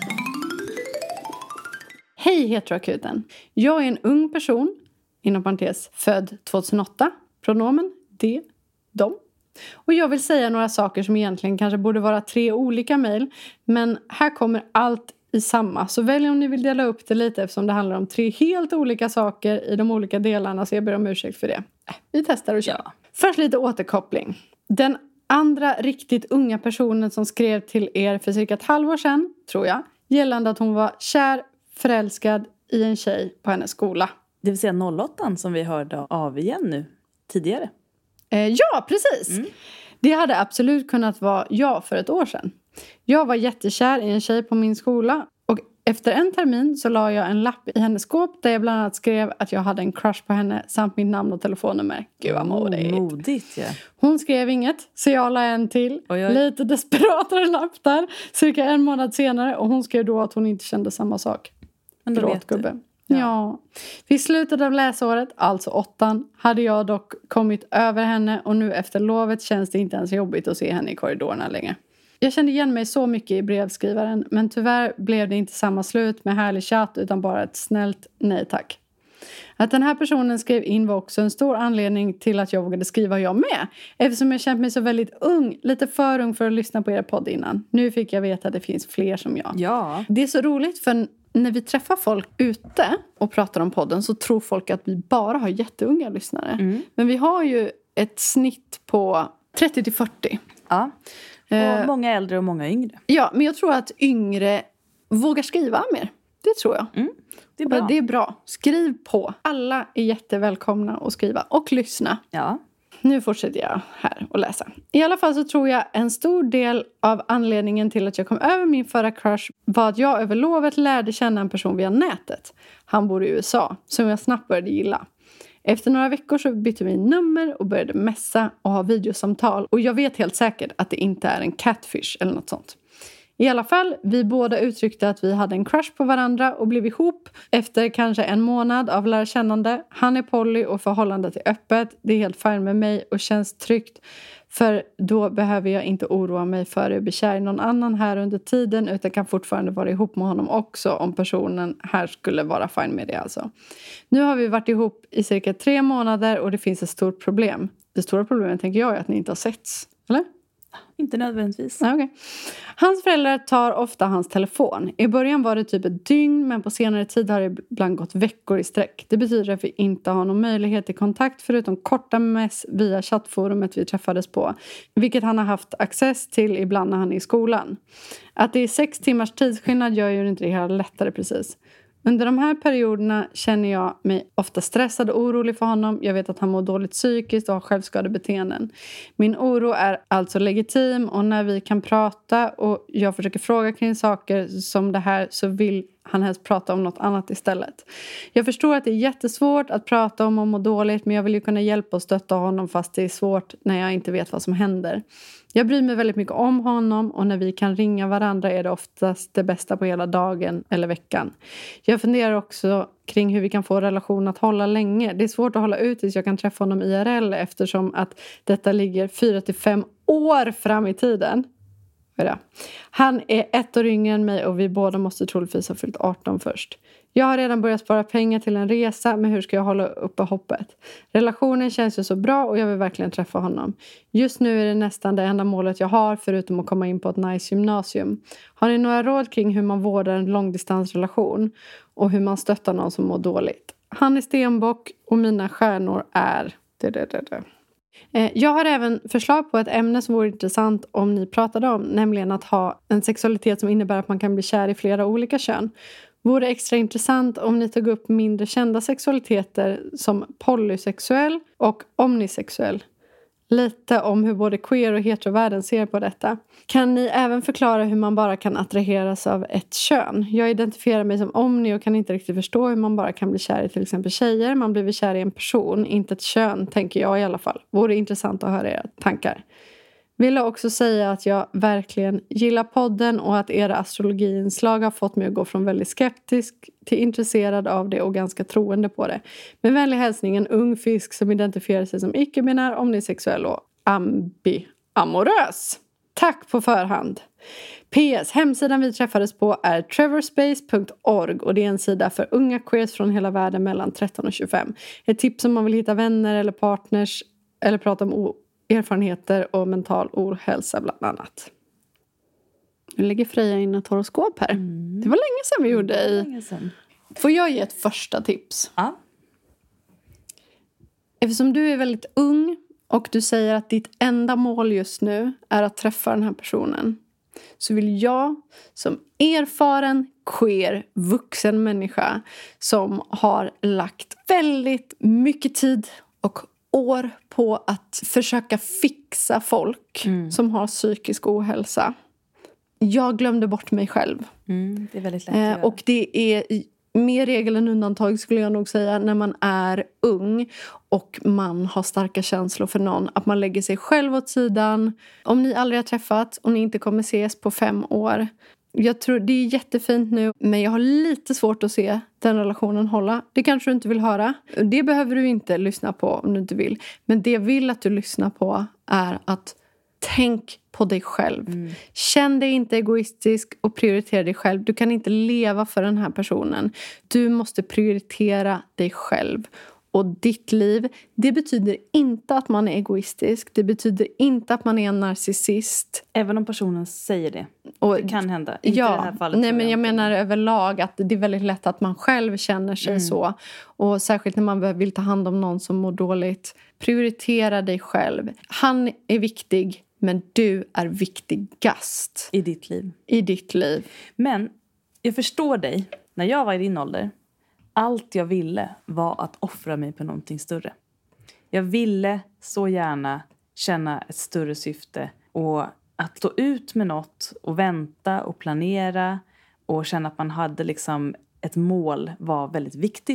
Hej heteroakuten. Jag är en ung person, inom parentes född 2008, pronomen de, dem. Och jag vill säga några saker som egentligen kanske borde vara 3 olika mejl. Men här kommer allt i samma. Så välj om ni vill dela upp det lite, eftersom det handlar om 3 helt olika saker i de olika delarna. Så jag ber om ursäkt för det. Vi testar och kör. Ja. Först lite återkoppling. Den andra riktigt unga personen som skrev till er för cirka ett halvår sedan, tror jag, gällande att hon var kär, förälskad i en tjej på hennes skola. Det vill säga 08 som vi hörde av igen nu tidigare. Ja, precis. Det hade absolut kunnat vara jag för ett år sedan. Jag var jättekär i en tjej på min skola. Och efter en termin så la jag en lapp i hennes skåp där jag bland annat skrev att jag hade en crush på henne samt mitt namn och telefonnummer. Gud vad modigt, ja. Hon skrev inget, så jag la en till. Lite desperatare lapp där. Cirka 1 månad senare, och hon skrev då att hon inte kände samma sak. Men då vet du. Ja. Vid slutet av läsåret, alltså 8, hade jag dock kommit över henne. Och nu efter lovet känns det inte ens jobbigt att se henne i korridorerna längre. Jag kände igen mig så mycket i brevskrivaren. Men tyvärr blev det inte samma slut med härlig chatt, utan bara ett snällt nej tack. Att den här personen skrev in var också en stor anledning till att jag vågade skriva jag med. Eftersom jag känt mig så väldigt ung, lite för ung för att lyssna på er podd innan. Nu fick jag veta att det finns fler som jag. Ja. Det är så roligt, för när vi träffar folk ute och pratar om podden så tror folk att vi bara har jätteunga lyssnare. Men vi har ju ett snitt på 30-40. Ja, och många äldre och många yngre. Ja, men jag tror att yngre vågar skriva mer. Det tror jag. Det är bra. Det är bra. Skriv på. Alla är jättevälkomna att skriva och lyssna. Ja. Nu fortsätter jag här och läsa. I alla fall så tror jag en stor del av anledningen till att jag kom över min förra crush var att jag över lovet lärde känna en person via nätet. Han bor i USA, som jag snabbt började gilla. Efter några veckor så bytte vi nummer och började messa och ha videosamtal. Och jag vet helt säkert att det inte är en catfish eller något sånt. I alla fall, vi båda uttryckte att vi hade en crush på varandra och blev ihop efter kanske en månad av lärkännande. Han är poly och förhållandet är öppet. Det är helt fint med mig och känns tryggt. För då behöver jag inte oroa mig för att bli kär i någon annan här under tiden. Utan kan fortfarande vara ihop med honom också om personen här skulle vara fin med det alltså. Nu har vi varit ihop i cirka 3 månader och det finns ett stort problem. Det stora problemet tänker jag är att ni inte har setts, eller? Inte nödvändigtvis. Okay. Hans föräldrar tar ofta hans telefon. I början var det typ ett dygn, men på senare tid har det ibland gått veckor i sträck. Det betyder att vi inte har någon möjlighet till kontakt förutom korta mess via chattforumet vi träffades på. Vilket han har haft access till ibland när han är i skolan. Att det är 6 timmars tidsskillnad gör ju inte det hela lättare precis. Under de här perioderna känner jag mig ofta stressad och orolig för honom. Jag vet att han mår dåligt psykiskt och har självskadebeteenden. Min oro är alltså legitim och när vi kan prata och jag försöker fråga kring saker som det här så vill han helst prata om något annat istället. Jag förstår att det är jättesvårt att prata om och må dåligt men jag vill ju kunna hjälpa och stötta honom fast det är svårt när jag inte vet vad som händer. Jag bryr mig väldigt mycket om honom och när vi kan ringa varandra är det oftast det bästa på hela dagen eller veckan. Jag funderar också kring hur vi kan få relationen att hålla länge. Det är svårt att hålla ut tills jag kan träffa honom IRL eftersom att detta ligger 4-5 år fram i tiden. Han är 1 år yngre än mig och vi båda måste troligtvis ha fyllt 18 först. Jag har redan börjat spara pengar till en resa, men hur ska jag hålla uppe hoppet? Relationen känns ju så bra och jag vill verkligen träffa honom. Just nu är det nästan det enda målet jag har förutom att komma in på ett nice gymnasium. Har ni några råd kring hur man vårdar en långdistansrelation och hur man stöttar någon som mår dåligt? Han är stenbock och mina stjärnor är... Jag har även förslag på ett ämne som vore intressant om ni pratade om, nämligen att ha en sexualitet som innebär att man kan bli kär i flera olika kön. Vore extra intressant om ni tog upp mindre kända sexualiteter som polysexuell och omnisexuell. Lite om hur både queer och heterovärlden ser på detta. Kan ni även förklara hur man bara kan attraheras av ett kön? Jag identifierar mig som omni och kan inte riktigt förstå hur man bara kan bli kär i till exempel tjejer. Man blir kär i en person, inte ett kön, tänker jag i alla fall. Vore intressant att höra era tankar. Vill också säga att jag verkligen gillar podden och att era astrologiinslag har fått mig att gå från väldigt skeptisk till intresserad av det och ganska troende på det. Med vänlig hälsning en ung fisk som identifierar sig som icke-binär, omnisexuell och amorös. Tack på förhand. PS, hemsidan vi träffades på är trevorspace.org och det är en sida för unga queers från hela världen mellan 13 och 25. Ett tips om man vill hitta vänner eller partners eller prata om erfarenheter och mental ohälsa bland annat. Nu lägger Freja in ett horoskop här. Det var länge sedan vi gjorde Får jag ge ett första tips? Ja. Eftersom du är väldigt ung och du säger att ditt enda mål just nu är att träffa den här personen, så vill jag som erfaren, queer, vuxen människa som har lagt väldigt mycket tid och år på att försöka fixa folk som har psykisk ohälsa. Jag glömde bort mig själv. Det är väldigt lätt och det är mer regel än undantag skulle jag nog säga när man är ung och man har starka känslor för någon. Att man lägger sig själv åt sidan. Om ni aldrig har träffat och ni inte kommer ses på 5 år. Jag tror det är jättefint nu, men jag har lite svårt att se den relationen hålla. Det kanske du inte vill höra. Det behöver du inte lyssna på om du inte vill. Men det jag vill att du lyssnar på är att tänk på dig själv. Känn dig inte egoistisk och prioritera dig själv. Du kan inte leva för den här personen. Du måste prioritera dig själv. Och ditt liv, det betyder inte att man är egoistisk. Det betyder inte att man är en narcissist. Även om personen säger det. Och, det kan hända. Inte ja, i det här fallet. Nej, men jag menar överlag att det är väldigt lätt att man själv känner sig så. Och särskilt när man vill ta hand om någon som mår dåligt. Prioritera dig själv. Han är viktig, men du är viktigast. I ditt liv. I ditt liv. Men jag förstår dig. När jag var i din ålder. Allt jag ville var att offra mig på någonting större. Jag ville så gärna känna ett större syfte. Och att stå ut med något och vänta och planera. Och känna att man hade liksom ett mål var väldigt viktigt.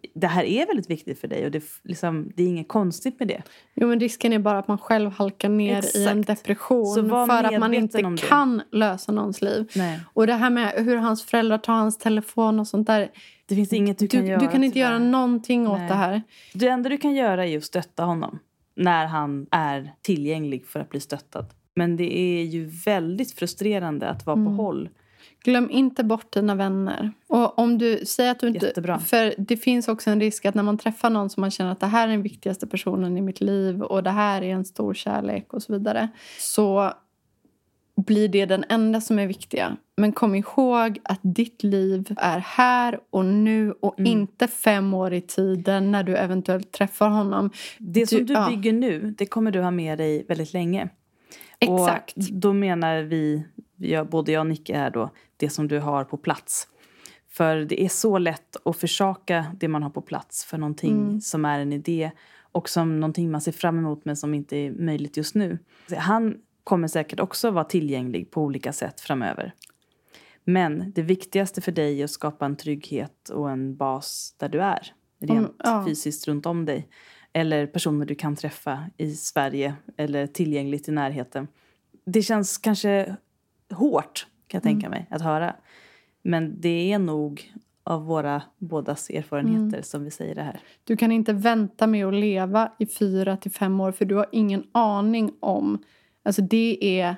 det här är väldigt viktigt för dig. Och det är inget konstigt med det. Jo, men risken är bara att man själv halkar ner i en depression. För att man inte kan lösa någons liv. Nej. Och det här med hur hans föräldrar tar hans telefon och sånt där. Det finns inget du kan göra. Du kan inte göra någonting åt det här. Det enda du kan göra är att stötta honom. När han är tillgänglig för att bli stöttad. Men det är ju väldigt frustrerande att vara på håll. Glöm inte bort dina vänner. Och om du säger att du inte... Jättebra. För det finns också en risk att när man träffar någon som man känner att det här är den viktigaste personen i mitt liv. Och det här är en stor kärlek och så vidare. Så blir det den enda som är viktiga. Men kom ihåg att ditt liv är här och nu. Och inte 5 år i tiden när du eventuellt träffar honom. Det som du bygger nu, det kommer du ha med dig väldigt länge. Exakt. Och då menar både jag och Nicke här då, det som du har på plats. För det är så lätt att försaka det man har på plats för någonting som är en idé. Och som någonting man ser fram emot men som inte är möjligt just nu. Han kommer säkert också vara tillgänglig på olika sätt framöver. Men det viktigaste för dig är att skapa en trygghet och en bas där du är. Rent fysiskt runt om dig. Eller personer du kan träffa i Sverige. Eller tillgängligt i närheten. Det känns kanske hårt, kan jag tänka mig, att höra. Men det är nog av våra bådas erfarenheter som vi säger det här. Du kan inte vänta med att leva i 4 till 5 år. För du har ingen aning om... Alltså det är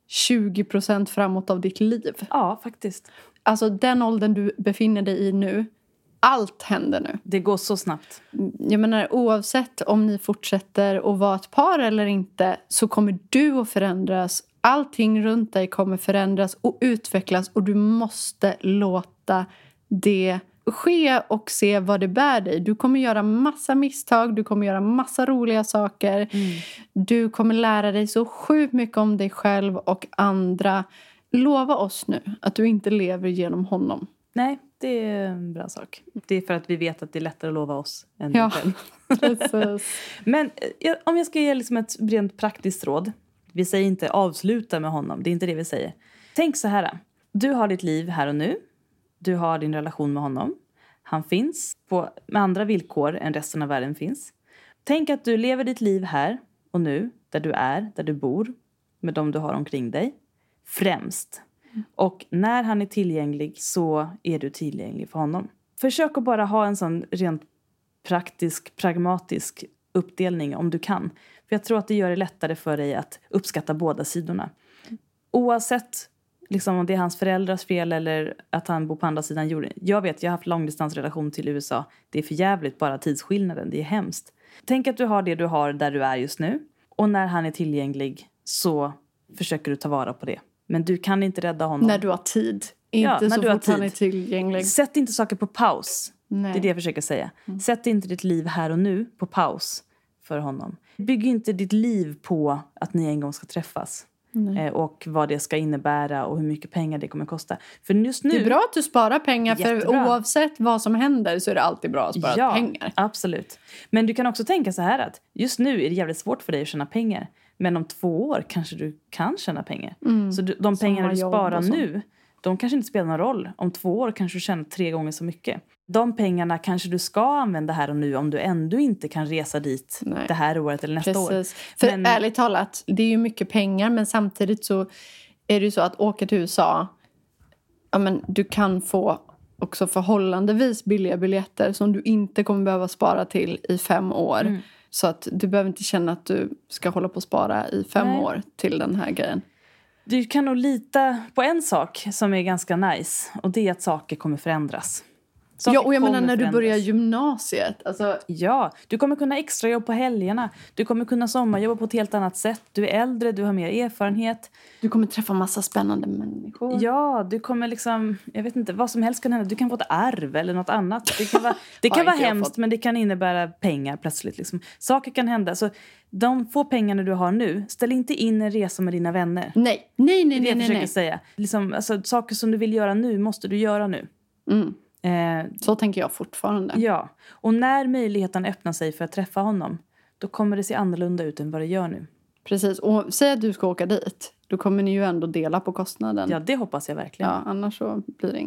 20% framåt av ditt liv. Ja, faktiskt. Alltså den åldern du befinner dig i nu. Allt händer nu. Det går så snabbt. Jag menar, oavsett om ni fortsätter att vara ett par eller inte. Så kommer du att förändras. Allting runt dig kommer förändras och utvecklas. Och du måste låta det ske och se vad det bär dig. Du kommer göra massa misstag. Du kommer göra massa roliga saker. Du kommer lära dig så sjukt mycket om dig själv och andra. Lova oss nu att du inte lever genom honom. Nej, det är en bra sak. Det är för att vi vet att det är lättare att lova oss än dig själv. Precis. Men om jag ska ge liksom ett rent praktiskt råd. Vi säger inte avsluta med honom. Det är inte det vi säger. Tänk så här. Du har ditt liv här och nu. Du har din relation med honom. Han finns med andra villkor än resten av världen finns. Tänk att du lever ditt liv här och nu. Där du är, där du bor. Med dem du har omkring dig. Främst. Och när han är tillgänglig så är du tillgänglig för honom. Försök att bara ha en sån rent praktisk, pragmatisk uppdelning om du kan. För jag tror att det gör det lättare för dig att uppskatta båda sidorna. Oavsett liksom, om det är hans föräldrars fel eller att han bor på andra sidan jorden. Jag vet, jag har haft långdistansrelation till USA. Det är för jävligt bara tidsskillnaden, det är hemskt. Tänk att du har det du har där du är just nu. Och när han är tillgänglig så försöker du ta vara på det. Men du kan inte rädda honom. När du har tid. Inte så fort han är tillgänglig. Sätt inte saker på paus. Nej. Det är det jag försöker säga. Sätt inte ditt liv här och nu på paus för honom. Bygg inte ditt liv på att ni en gång ska träffas. Och vad det ska innebära och hur mycket pengar det kommer kosta. För just nu... Det är bra att du sparar pengar. Jättebra. För oavsett vad som händer så är det alltid bra att spara pengar. Absolut. Men du kan också tänka så här att just nu är det jävligt svårt för dig att tjäna pengar. Men om 2 år kanske du kan tjäna pengar. Så de pengarna du sparar nu, de kanske inte spelar någon roll. Om 2 år kanske du tjänar 3 gånger så mycket. De pengarna kanske du ska använda här och nu om du ändå inte kan resa dit det här året eller nästa år. För ärligt talat, det är ju mycket pengar. Men samtidigt så är det ju så att åka till USA, ja, men du kan få också förhållandevis billiga biljetter som du inte kommer behöva spara till i 5 år. Så att du behöver inte känna att du ska hålla på att spara i 5 år till den här grejen. Du kan nog lita på en sak som är ganska nice. Och det är att saker kommer förändras. Och jag menar när du börjar gymnasiet. Alltså... Ja, du kommer kunna extra jobb på helgerna. Du kommer kunna sommarjobba på ett helt annat sätt. Du är äldre, du har mer erfarenhet. Du kommer träffa massa spännande människor. Ja, du kommer liksom, jag vet inte, vad som helst kan hända. Du kan få ett arv eller något annat. Det kan vara hemskt, men det kan innebära pengar plötsligt. Liksom. Saker kan hända. Så de få pengarna du har nu, ställ inte in en resa med dina vänner. Nej. Det jag försöker säga. Liksom, alltså, saker som du vill göra nu måste du göra nu. Så tänker jag fortfarande. Ja, och när möjligheten öppnar sig för att träffa honom, då kommer det se annorlunda ut än vad det gör nu. Precis, och säg att du ska åka dit. Då kommer ni ju ändå dela på kostnaden. Ja, det hoppas jag verkligen. Ja, annars så blir det inget.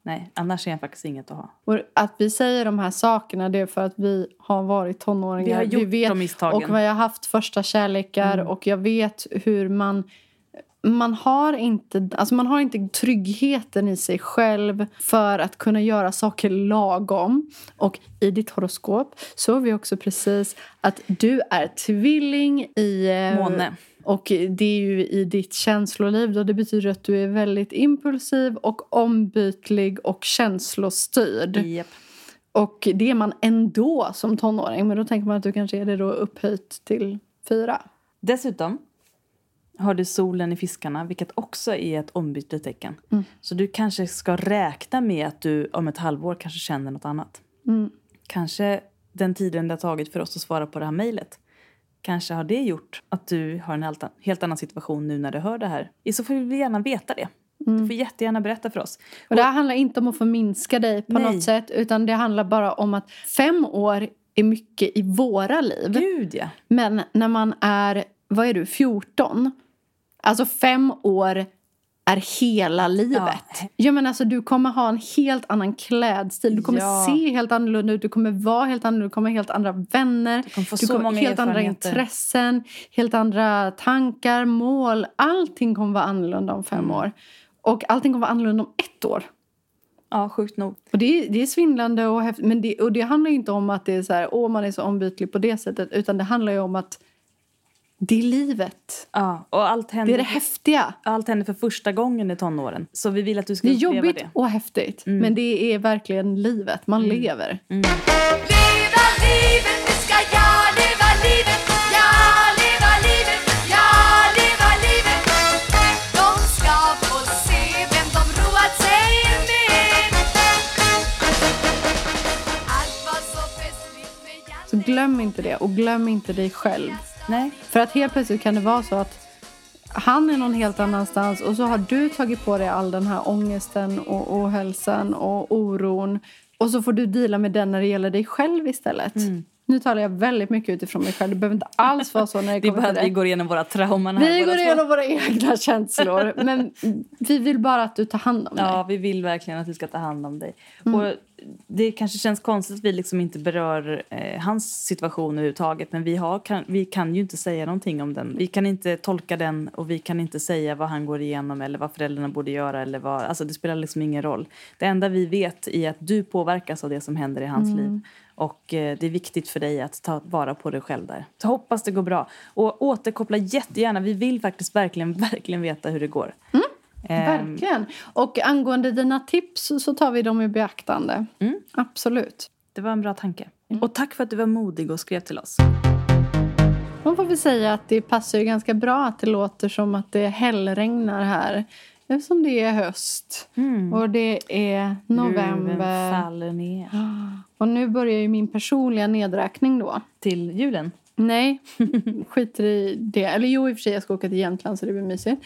Nej, annars är jag faktiskt inget att ha. Och att vi säger de här sakerna, det är för att vi har varit tonåringar. Vi har gjort de misstagen. Och vi har haft första kärlekar. Och jag vet hur man har inte tryggheten i sig själv för att kunna göra saker lagom. Och i ditt horoskop såg vi också precis att du är tvilling i Måne. Och det är ju i ditt känsloliv då. Det betyder att du är väldigt impulsiv och ombytlig och känslostyrd. Japp. Och det är man ändå som tonåring. Men då tänker man att du kanske är det då upphöjt till 4. Dessutom har du solen i fiskarna, vilket också är ett ombytetecken. Så du kanske ska räkna med att du om ett halvår kanske känner något annat. Kanske den tiden det har tagit för oss att svara på det här mejlet. Kanske har det gjort att du har en helt annan situation nu när du hör det här. I så får vi gärna veta det. Du får jättegärna berätta för oss. Och det här handlar inte om att förminska dig på något sätt. Utan det handlar bara om att 5 år är mycket i våra liv. Gud, ja. Men när man är, vad är du, 14? Alltså 5 år är hela livet. Ja, men alltså du kommer ha en helt annan klädstil. Du kommer se helt annorlunda ut. Du kommer vara helt annorlunda. Du kommer ha helt andra vänner. Du kommer få så många helt andra intressen. Helt andra tankar, mål. Allting kommer vara annorlunda om 5 år. Och allting kommer vara annorlunda om 1 år. Ja, sjukt nog. Och det är svindlande och häftigt. Men det handlar inte om att det är så här, man är så ombytlig på det sättet. Utan det handlar ju om att det är livet. Ja, och allt händer, det är det häftiga. Allt händer för första gången i tonåren. Så vi vill att du ska uppleva det. Det är jobbigt och häftigt. Men det är verkligen livet. Man lever. Leva livet, nu ska jag leva livet. Jag leva livet, jag leva livet. De ska få se vem de roat sig med. Allt var så festligt med Så glöm inte det. Och glöm inte dig själv. Nej. För att helt plötsligt kan det vara så att han är någon helt annanstans. Och så har du tagit på dig all den här ångesten och ohälsan och oron. Och så får du dela med den när det gäller dig själv istället. Nu talar jag väldigt mycket utifrån mig själv. Det behöver inte alls vara så när det kommer till det. Det är bara att vi går igenom våra trauman. Vi går igenom våra egna känslor. Men vi vill bara att du tar hand om dig. Ja, vi vill verkligen att du ska ta hand om dig. Och det kanske känns konstigt att vi liksom inte berör hans situation överhuvudtaget. Men vi kan ju inte säga någonting om den. Vi kan inte tolka den och vi kan inte säga vad han går igenom eller vad föräldrarna borde göra. Eller alltså det spelar liksom ingen roll. Det enda vi vet är att du påverkas av det som händer i hans liv. Och det är viktigt för dig att ta vara på dig själv där. Så hoppas det går bra. Och återkoppla jättegärna. Vi vill faktiskt verkligen veta hur det går. Verkligen. Och angående dina tips så tar vi dem i beaktande. Absolut. Det var en bra tanke. Och tack för att du var modig och skrev till oss. Då får vi säga att det passar ju ganska bra att det låter som att det hällregnar här. Eftersom det är höst. Och det är november. Julen faller ner. Och nu börjar ju min personliga nedräkning då. Till julen? Nej, skiter i det. Eller jo, i och för sig jag ska åka till Jämtland så det blir mysigt.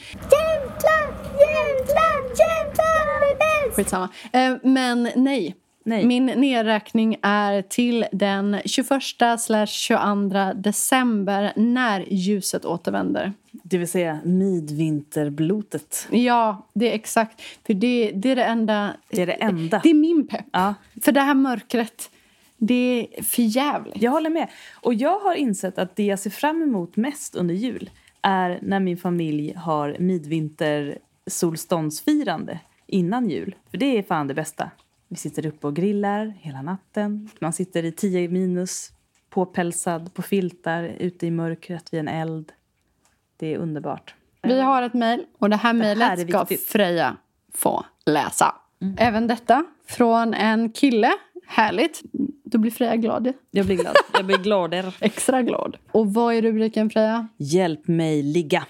Jämtland! Skitsamma. Men nej. Min nedräkning är till den 21/22 december när ljuset återvänder. Det vill säga midvinterblotet. Ja, det är exakt. För det är det enda. Det är det enda. Det är min pepp. Ja. För det här mörkret, det är för jävligt. Jag håller med. Och jag har insett att det jag ser fram emot mest under jul är när min familj har midvintersolståndsfirande innan jul. För det är fan det bästa. Vi sitter uppe och grillar hela natten. Man sitter i 10 minus, påpälsad, på filtar, ute i mörkret vid en eld. Det är underbart. Vi har ett mejl och det här mejlet ska viktigt. Freja få läsa. Även detta från en kille. Härligt. Då blir Freja glad. Jag blir glad. Jag blir gladare. Extra glad. Och vad är rubriken, Freja? Hjälp mig ligga.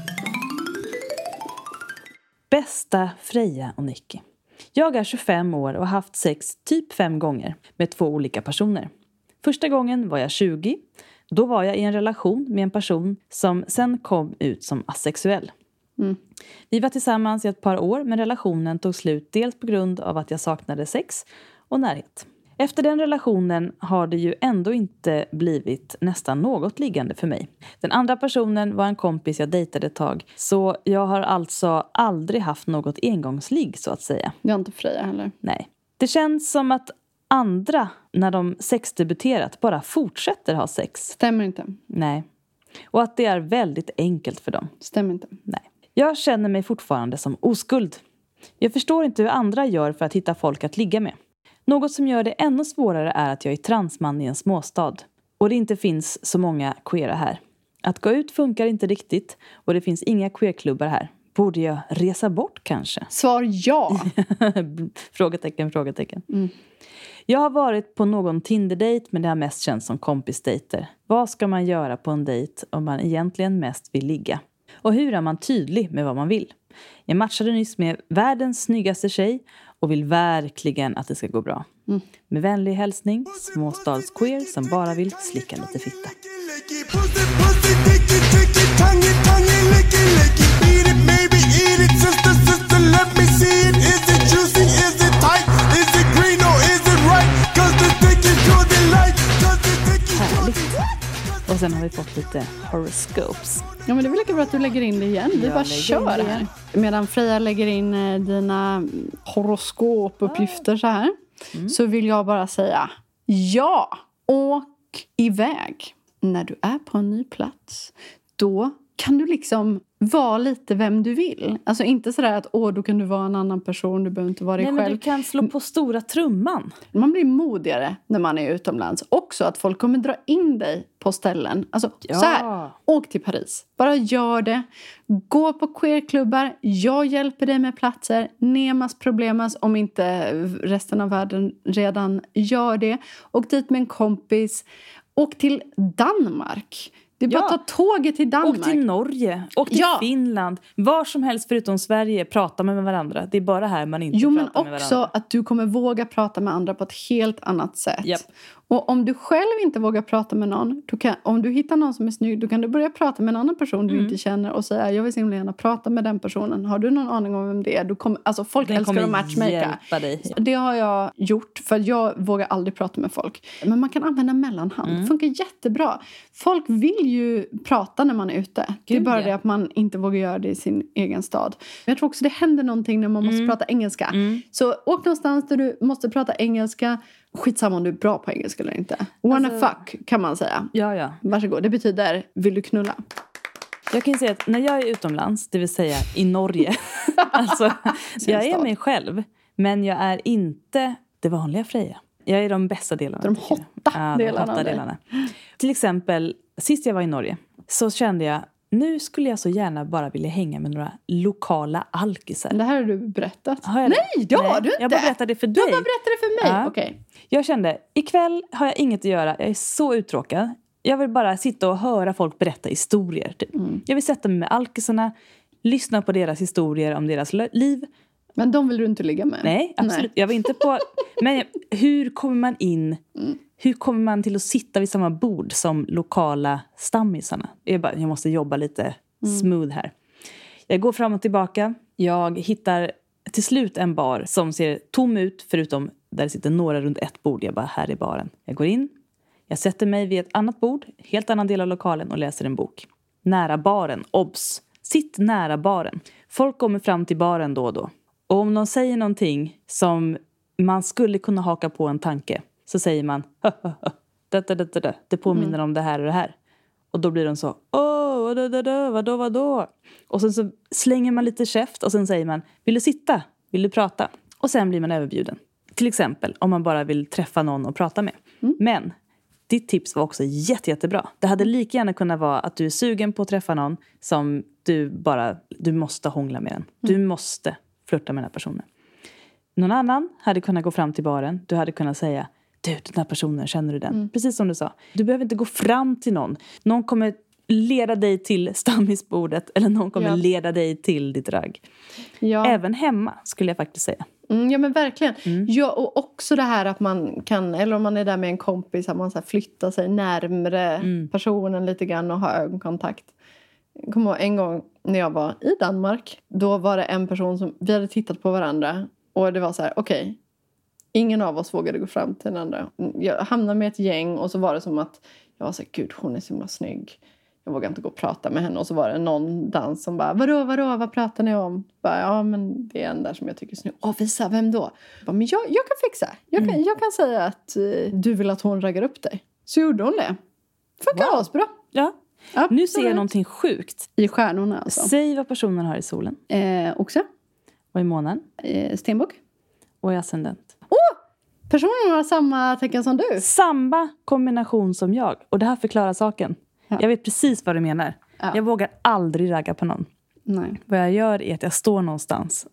Bästa Freja och Nicky. Jag är 25 år och har haft sex typ 5 gånger med 2 olika personer. Första gången var jag 20. Då var jag i en relation med en person som sen kom ut som asexuell. Vi var tillsammans i ett par år men relationen tog slut dels på grund av att jag saknade sex och närhet. Efter den relationen har det ju ändå inte blivit nästan något liggande för mig. Den andra personen var en kompis jag dejtade ett tag. Så jag har alltså aldrig haft något engångsligg så att säga. Det har inte Freja heller. Nej. Det känns som att andra, när de sexdebuterat, bara fortsätter ha sex. Stämmer inte. Nej. Och att det är väldigt enkelt för dem. Stämmer inte. Nej. Jag känner mig fortfarande som oskuld. Jag förstår inte hur andra gör för att hitta folk att ligga med. Något som gör det ännu svårare är att jag är transman i en småstad. Och det inte finns så många queera här. Att gå ut funkar inte riktigt och det finns inga queerklubbar här. Borde jag resa bort kanske? Svar ja. Frågetecken. Jag har varit på någon Tinder-date men det har mest känts som kompisdejter. Vad ska man göra på en dejt om man egentligen mest vill ligga? Och hur är man tydlig med vad man vill? Jag matchade nyss med världens snyggaste tjej och vill verkligen att det ska gå bra. Med vänlig hälsning, småstadsqueer som bara vill slicka lite fitta. Och sen har vi fått lite horoscopes. Ja, men det är väl lika bra att du lägger in det igen. Vi bara kör här. Medan Freja lägger in dina horoskopuppgifter så här. Så vill jag bara säga ja, åk iväg. När du är på en ny plats, då kan du liksom vara lite vem du vill. Alltså inte sådär att då kan du vara en annan person, du behöver inte vara dig själv. Men du kan slå på stora trumman. Man blir modigare när man är utomlands. Också att folk kommer dra in dig på ställen. Alltså så här, åk till Paris. Bara gör det. Gå på queerklubbar. Jag hjälper dig med platser. Nemas problemas om inte resten av världen redan gör det. Åk dit med en kompis. Åk till Danmark. Det är bara att ta tåget till Danmark. Åk till Norge. Åk till Finland. Var som helst förutom Sverige. Prata med varandra. Det är bara här man inte pratar med varandra. Men också att du kommer våga prata med andra på ett helt annat sätt. Yep. Och om du själv inte vågar prata med någon. Om du hittar någon som är snygg. Då kan du börja prata med en annan person du inte känner. Och säga, jag vill så himla gärna prata med den personen. Har du någon aning om vem det är? Alltså folk älskar att matchmaka. Det har jag gjort. För jag vågar aldrig prata med folk. Men man kan använda mellanhand. Det funkar jättebra. Folk vill ju prata när man är ute. Det är bara det att man inte vågar göra det i sin egen stad. Men jag tror också det händer någonting när man måste prata engelska. Så åk någonstans där du måste prata engelska. Skitsamma om du är bra på engelska eller inte. Wanna fuck kan man säga. Ja. Varsågod, det betyder vill du knulla? Jag kan säga att när jag är utomlands, det vill säga i Norge. Alltså, jag är mig själv. Men jag är inte det vanliga Freja. Jag är de bästa delarna. De hotta delarna. Till exempel, sist jag var i Norge så kände jag, nu skulle jag så gärna bara vilja hänga med några lokala alkisar. Det här har du berättat. Nej, det har du inte. Jag bara berättade det för dig. Du bara berättade det för mig, okej. Jag kände, ikväll har jag inget att göra. Jag är så uttråkad. Jag vill bara sitta och höra folk berätta historier. Typ. Jag vill sätta mig med alkisarna, lyssna på deras historier om deras liv. Men de vill du inte ligga med? Nej, absolut. Nej. Jag var inte på... Men hur kommer man in... Hur kommer man till att sitta vid samma bord som lokala stammisarna? Jag måste jobba lite smooth här. Jag går fram och tillbaka. Jag hittar till slut en bar som ser tom ut. Förutom där det sitter några runt ett bord. Jag bara, här är baren. Jag går in. Jag sätter mig vid ett annat bord. Helt annan del av lokalen och läser en bok. Nära baren. Obs! Sitt nära baren. Folk kommer fram till baren då och då. Och om någon säger någonting som man skulle kunna haka på en tanke. Så säger man, det påminner om det här och det här. Och då blir de så, vadå? Och sen så slänger man lite käft och sen säger man, vill du sitta? Vill du prata? Och sen blir man överbjuden. Till exempel om man bara vill träffa någon och prata med. Men ditt tips var också jättebra. Det hade lika gärna kunnat vara att du är sugen på att träffa någon som du måste hångla med den. Du måste flirta med den här personen. Någon annan hade kunnat gå fram till baren. Du hade kunnat säga, du, den här personen, känner du den? Precis som du sa. Du behöver inte gå fram till någon. Någon kommer leda dig till stammisbordet. Eller någon kommer leda dig till ditt ragg. Ja. Även hemma skulle jag faktiskt säga. Ja, men verkligen. Ja, och också det här att man kan, eller om man är där med en kompis, att man så här flyttar sig närmare personen lite grann och har ögonkontakt. Jag kommer ihåg en gång när jag var i Danmark. Då var det en person som, vi hade tittat på varandra. Och det var så här, okej. Ingen av oss vågade gå fram till den andra. Jag hamnade med ett gäng och så var det som att jag var så här, gud hon är så himla snygg. Jag vågade inte gå och prata med henne. Och så var det någon dans som bara, vadå, vad pratar ni om? Bara, ja men det är en där som jag tycker är snygg. Visa, vem då? Bara, men jag kan fixa. Jag kan säga att du vill att hon raggar upp dig. Så gjorde hon det. Funkar asbra. Ja. Nu ser jag någonting sjukt. I stjärnorna alltså. Säg vad personen har i solen. Oxe. Och i månen. Stenbock. Och i ascendent. Personen har samma tecken som du. Samma kombination som jag. Och det här förklarar saken. Ja. Jag vet precis vad du menar. Ja. Jag vågar aldrig ragga på någon. Nej. Vad jag gör är att jag står någonstans.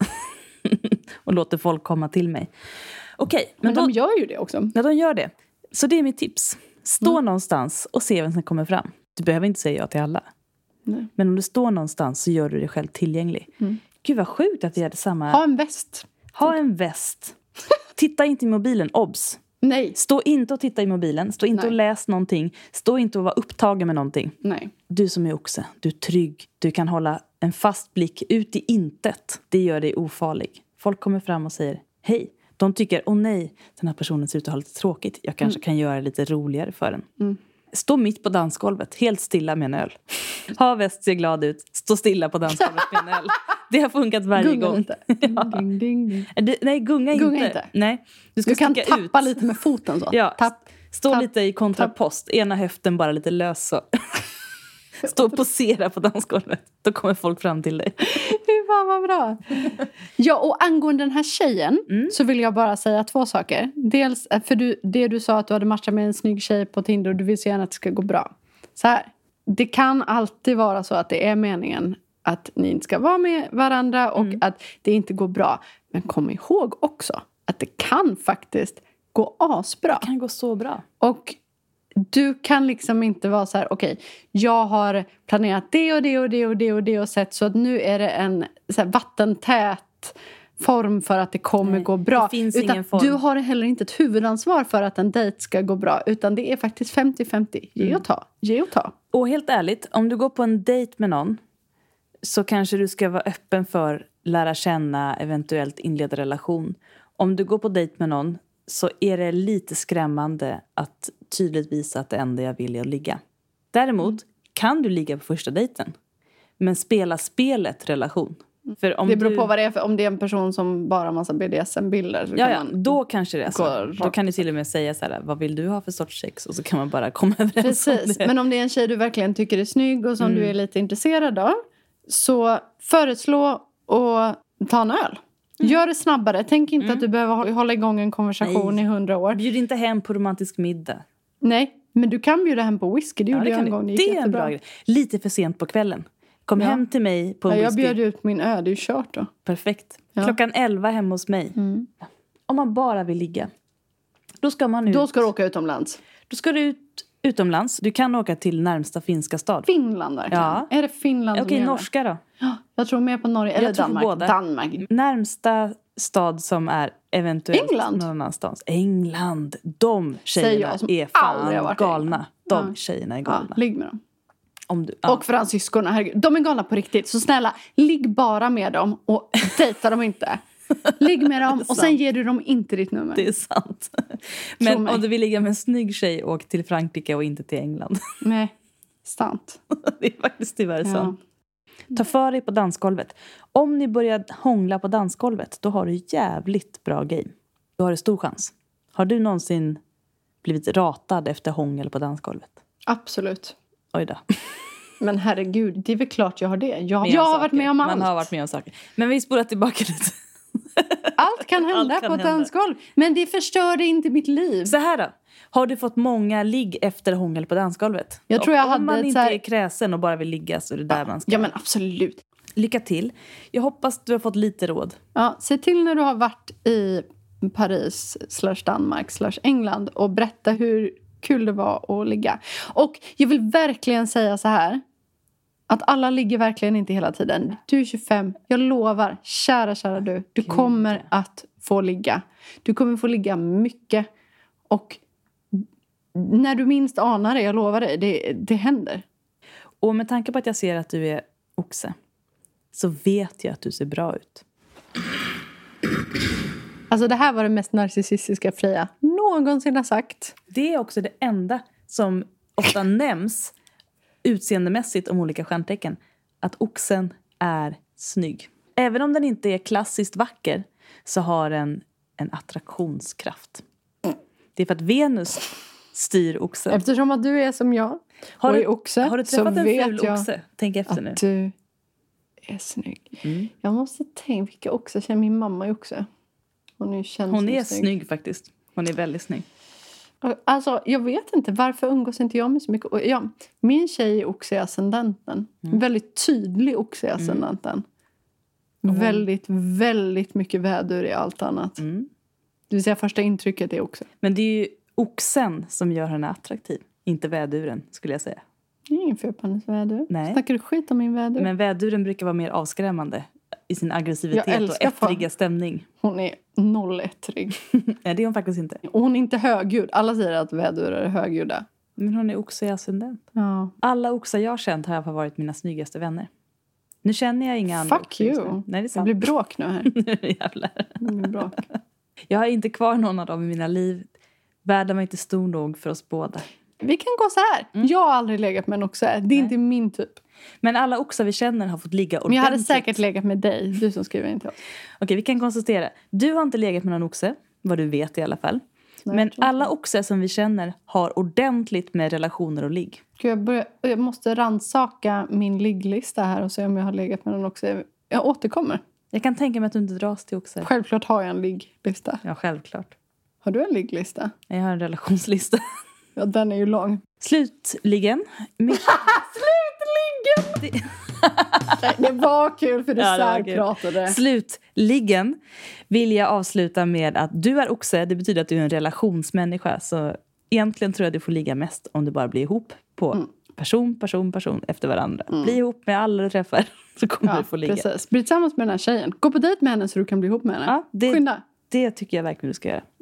Och låter folk komma till mig. Okej. Men de gör ju det också. Ja, de gör det. Så det är mitt tips. Stå någonstans och se vem som kommer fram. Du behöver inte säga ja till alla. Nej. Men om du står någonstans så gör du dig själv tillgänglig. Gud vad sjukt att vi hade samma... Ha en väst. Titta inte i mobilen, obs. Nej. Stå inte och titta i mobilen. Stå inte och läs någonting. Stå inte och vara upptagen med någonting. Nej. Du som är oxe, du är trygg. Du kan hålla en fast blick ut i intet. Det gör dig ofarlig. Folk kommer fram och säger hej. De tycker, åh nej, den här personen ser ut att ha lite tråkigt. Jag kanske kan göra det lite roligare för den. Stå mitt på dansgolvet, helt stilla med en öl. Ha väst, se glad ut. Stå stilla på dansgolvet med en öl. Det har funkat varje gång. Inte. Ja. Ding, ding, ding. Nej, gunga inte. Nej, du kan tappa ut lite med foten så. Ja, stå lite i kontrapost. Ena höften bara lite lös så. Stå och posera på dansgolvet. Då kommer folk fram till dig. Fy fan vad bra. Ja, och angående den här tjejen så vill jag bara säga 2 saker. Dels, för det du sa att du hade matchat med en snygg tjej på Tinder och du vill så gärna att det ska gå bra. Så här, det kan alltid vara så att det är meningen att ni inte ska vara med varandra och att det inte går bra. Men kom ihåg också att det kan faktiskt gå asbra. Det kan gå så bra. Och du kan liksom inte vara så här, okej, jag har planerat det och det och det och det och det och sett så att nu är det en så här vattentät form för att det kommer gå bra. Det finns utan ingen form. Du har heller inte ett huvudansvar för att en dejt ska gå bra, utan det är faktiskt 50-50. Ge och ta. Och helt ärligt, om du går på en dejt med någon så kanske du ska vara öppen för lära känna, eventuellt inleda relation. Om du går på dejt med någon så är det lite skrämmande att tydligt visa att det enda jag vill är att ligga. Däremot kan du ligga på första dejten. Men spela spelet relation. För om det beror på vad det är, för om det är en person som bara har massa BDSM-bilder. Så ja, då kanske det är så. Då kan du till och med säga så här, vad vill du ha för sorts sex? Och så kan man bara komma överens om det. Men om det är en tjej du verkligen tycker är snygg och som du är lite intresserad av. Så föreslå och ta en öl. Gör det snabbare. Tänk inte att du behöver hålla igång en konversation i 100 år. Bjud inte hem på romantisk middag. Nej, men du kan bjuda hem på whisky. Det gjorde jag en gång. Det är en bra grej. Lite för sent på kvällen. Kom hem till mig på en whisky. Jag bjöd ut min det är ju kört då. Perfekt. Klockan 11 hemma hos mig. Om man bara vill ligga. Då ska man ut. Då ska du åka utomlands. Då ska du ut utomlands. Du kan åka till närmsta finska stad. Finland verkligen. Ja. Är det Finland som Okej, norska då? Ja, jag tror mer på Norge. Eller Danmark. Danmark. Närmsta stad som är eventuellt England. någon annanstans. England. De tjejerna är fan galna. De tjejerna är galna. Ja, ligg med dem. Om och fransyskorna, herregud. De är galna på riktigt. Så snälla, ligg bara med dem och dejta dem inte. Ligg med dem och sen ger du dem inte ditt nummer. Det är sant. Men om du vill ligga med en snygg tjej, åk till Frankrike och inte till England. Nej, sant. Det är faktiskt tyvärr sant. Ta för dig på dansgolvet. Om ni börjar hångla på dansgolvet, då har du jävligt bra game. Då har du stor chans. Har du någonsin blivit ratad efter hångel på dansgolvet? Absolut. Oj då. Men herregud, det är väl klart jag har det. Jag har varit med om allt. Man har varit med om saker. Men vi spolar tillbaka lite. Allt kan hända på ett dansgolv. Men det förstörde inte mitt liv. Så här då. Har du fått många ligg efter hångel på dansgolvet? Jag tror jag hade om man inte är kräsen och bara vill ligga så är det där man ska. Ja, men absolut. Lycka till. Jag hoppas du har fått lite råd. Ja, se till när du har varit i Paris /Danmark /England och berätta hur kul det var att ligga. Och jag vill verkligen säga så här. Att alla ligger verkligen inte hela tiden. Du är 25. Jag lovar, kära du. Du kommer att få ligga. Du kommer få ligga mycket. Och när du minst anar det, jag lovar dig, det händer. Och med tanke på att jag ser att du är oxe, så vet jag att du ser bra ut. Alltså det här var det mest narcissistiska Freja någonsin har sagt. Det är också det enda som ofta nämns utseendemässigt om olika stjärntecken. Att oxen är snygg. Även om den inte är klassiskt vacker så har den en attraktionskraft. Det är för att Venus styr oxen. Eftersom att du är som jag och är oxe, har du så träffat en vet ful jag oxe? Tänk efter nu. att du är snygg. Jag måste tänka vilka oxe. Jag känner min mamma är oxe. Hon är snygg faktiskt. Hon är väldigt snygg. Alltså, jag vet inte. Varför umgås inte jag med så mycket? Ja, min tjej är oxe i ascendenten. Väldigt tydlig oxe i ascendenten. Väldigt, väldigt mycket vädur i allt annat. Det vill säga första intrycket är oxe. Men det är ju oxen som gör henne attraktiv. Inte väduren, skulle jag säga. Det är ingen fel på hennes vädur. Nej. Snackar du skit om min vädur? Men väduren brukar vara mer avskrämmande i sin aggressivitet och ettriga stämning. Hon är 0-ettrig. Nej, det är hon faktiskt inte. Och hon är inte högljudd. Alla säger att vädurar är högljudda. Men hon är oxe i ascendent. Ja. Alla oxar jag har känt har i alla fall varit mina snyggaste vänner. Nu känner jag inga andra. Fuck you. Nej, det är Det sant. blir bråk nu här. Jävlar. Det blir bråk. Jag har inte kvar någon av dem i mina liv. Världen var inte stor nog för oss båda. Vi kan gå så här. Jag har aldrig legat med en oxe. Det är inte min typ. Men alla oxar vi känner har fått ligga ordentligt. Men jag hade säkert legat med dig. Du som skriver in till oss. Okej, vi kan konstatera. Du har inte legat med någon oxe. Vad du vet i alla fall. Nej, men alla oxar som vi känner har ordentligt med relationer och ligg. Gud, jag måste rannsaka min ligglista här och se om jag har legat med någon oxe. Jag återkommer. Jag kan tänka mig att du inte dras till oxar. Självklart har jag en ligglista. Ja, självklart. Har du en ligglista? Jag har en relationslista. Ja, den är ju lång. Slutligen. Slutligen! Det var kul för du särpratade. Slutligen vill jag avsluta med att du är oxe. Det betyder att du är en relationsmänniska. Så egentligen tror jag att du får ligga mest om du bara blir ihop på person efter varandra. Bli ihop med alla du träffar så kommer du få ligga. Precis. Bli tillsammans med den här tjejen. Gå på dejt med henne så du kan bli ihop med henne. Ja, Skynda. Det tycker jag verkligen du ska göra.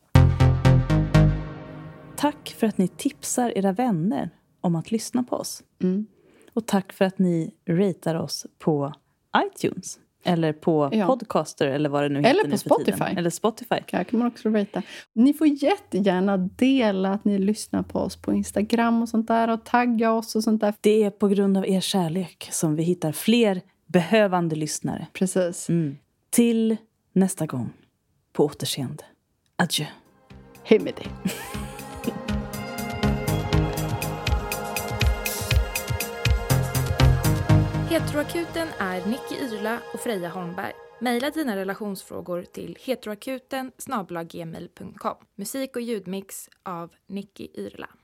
Tack för att ni tipsar era vänner om att lyssna på oss. Och tack för att ni ratear oss på iTunes. Eller på Podcaster eller vad det nu heter. Eller på Spotify. Eller Spotify. Här kan man också ratea. Ni får jättegärna dela att ni lyssnar på oss på Instagram och sånt där. Och tagga oss och sånt där. Det är på grund av er kärlek som vi hittar fler behövande lyssnare. Precis. Till nästa gång. På återseende. Adjö. Hej med dig. Heteroakuten är Nicky Irla och Freja Holmberg. Maila dina relationsfrågor till heteroakuten@gmail.com. Musik och ljudmix av Nicky Irla.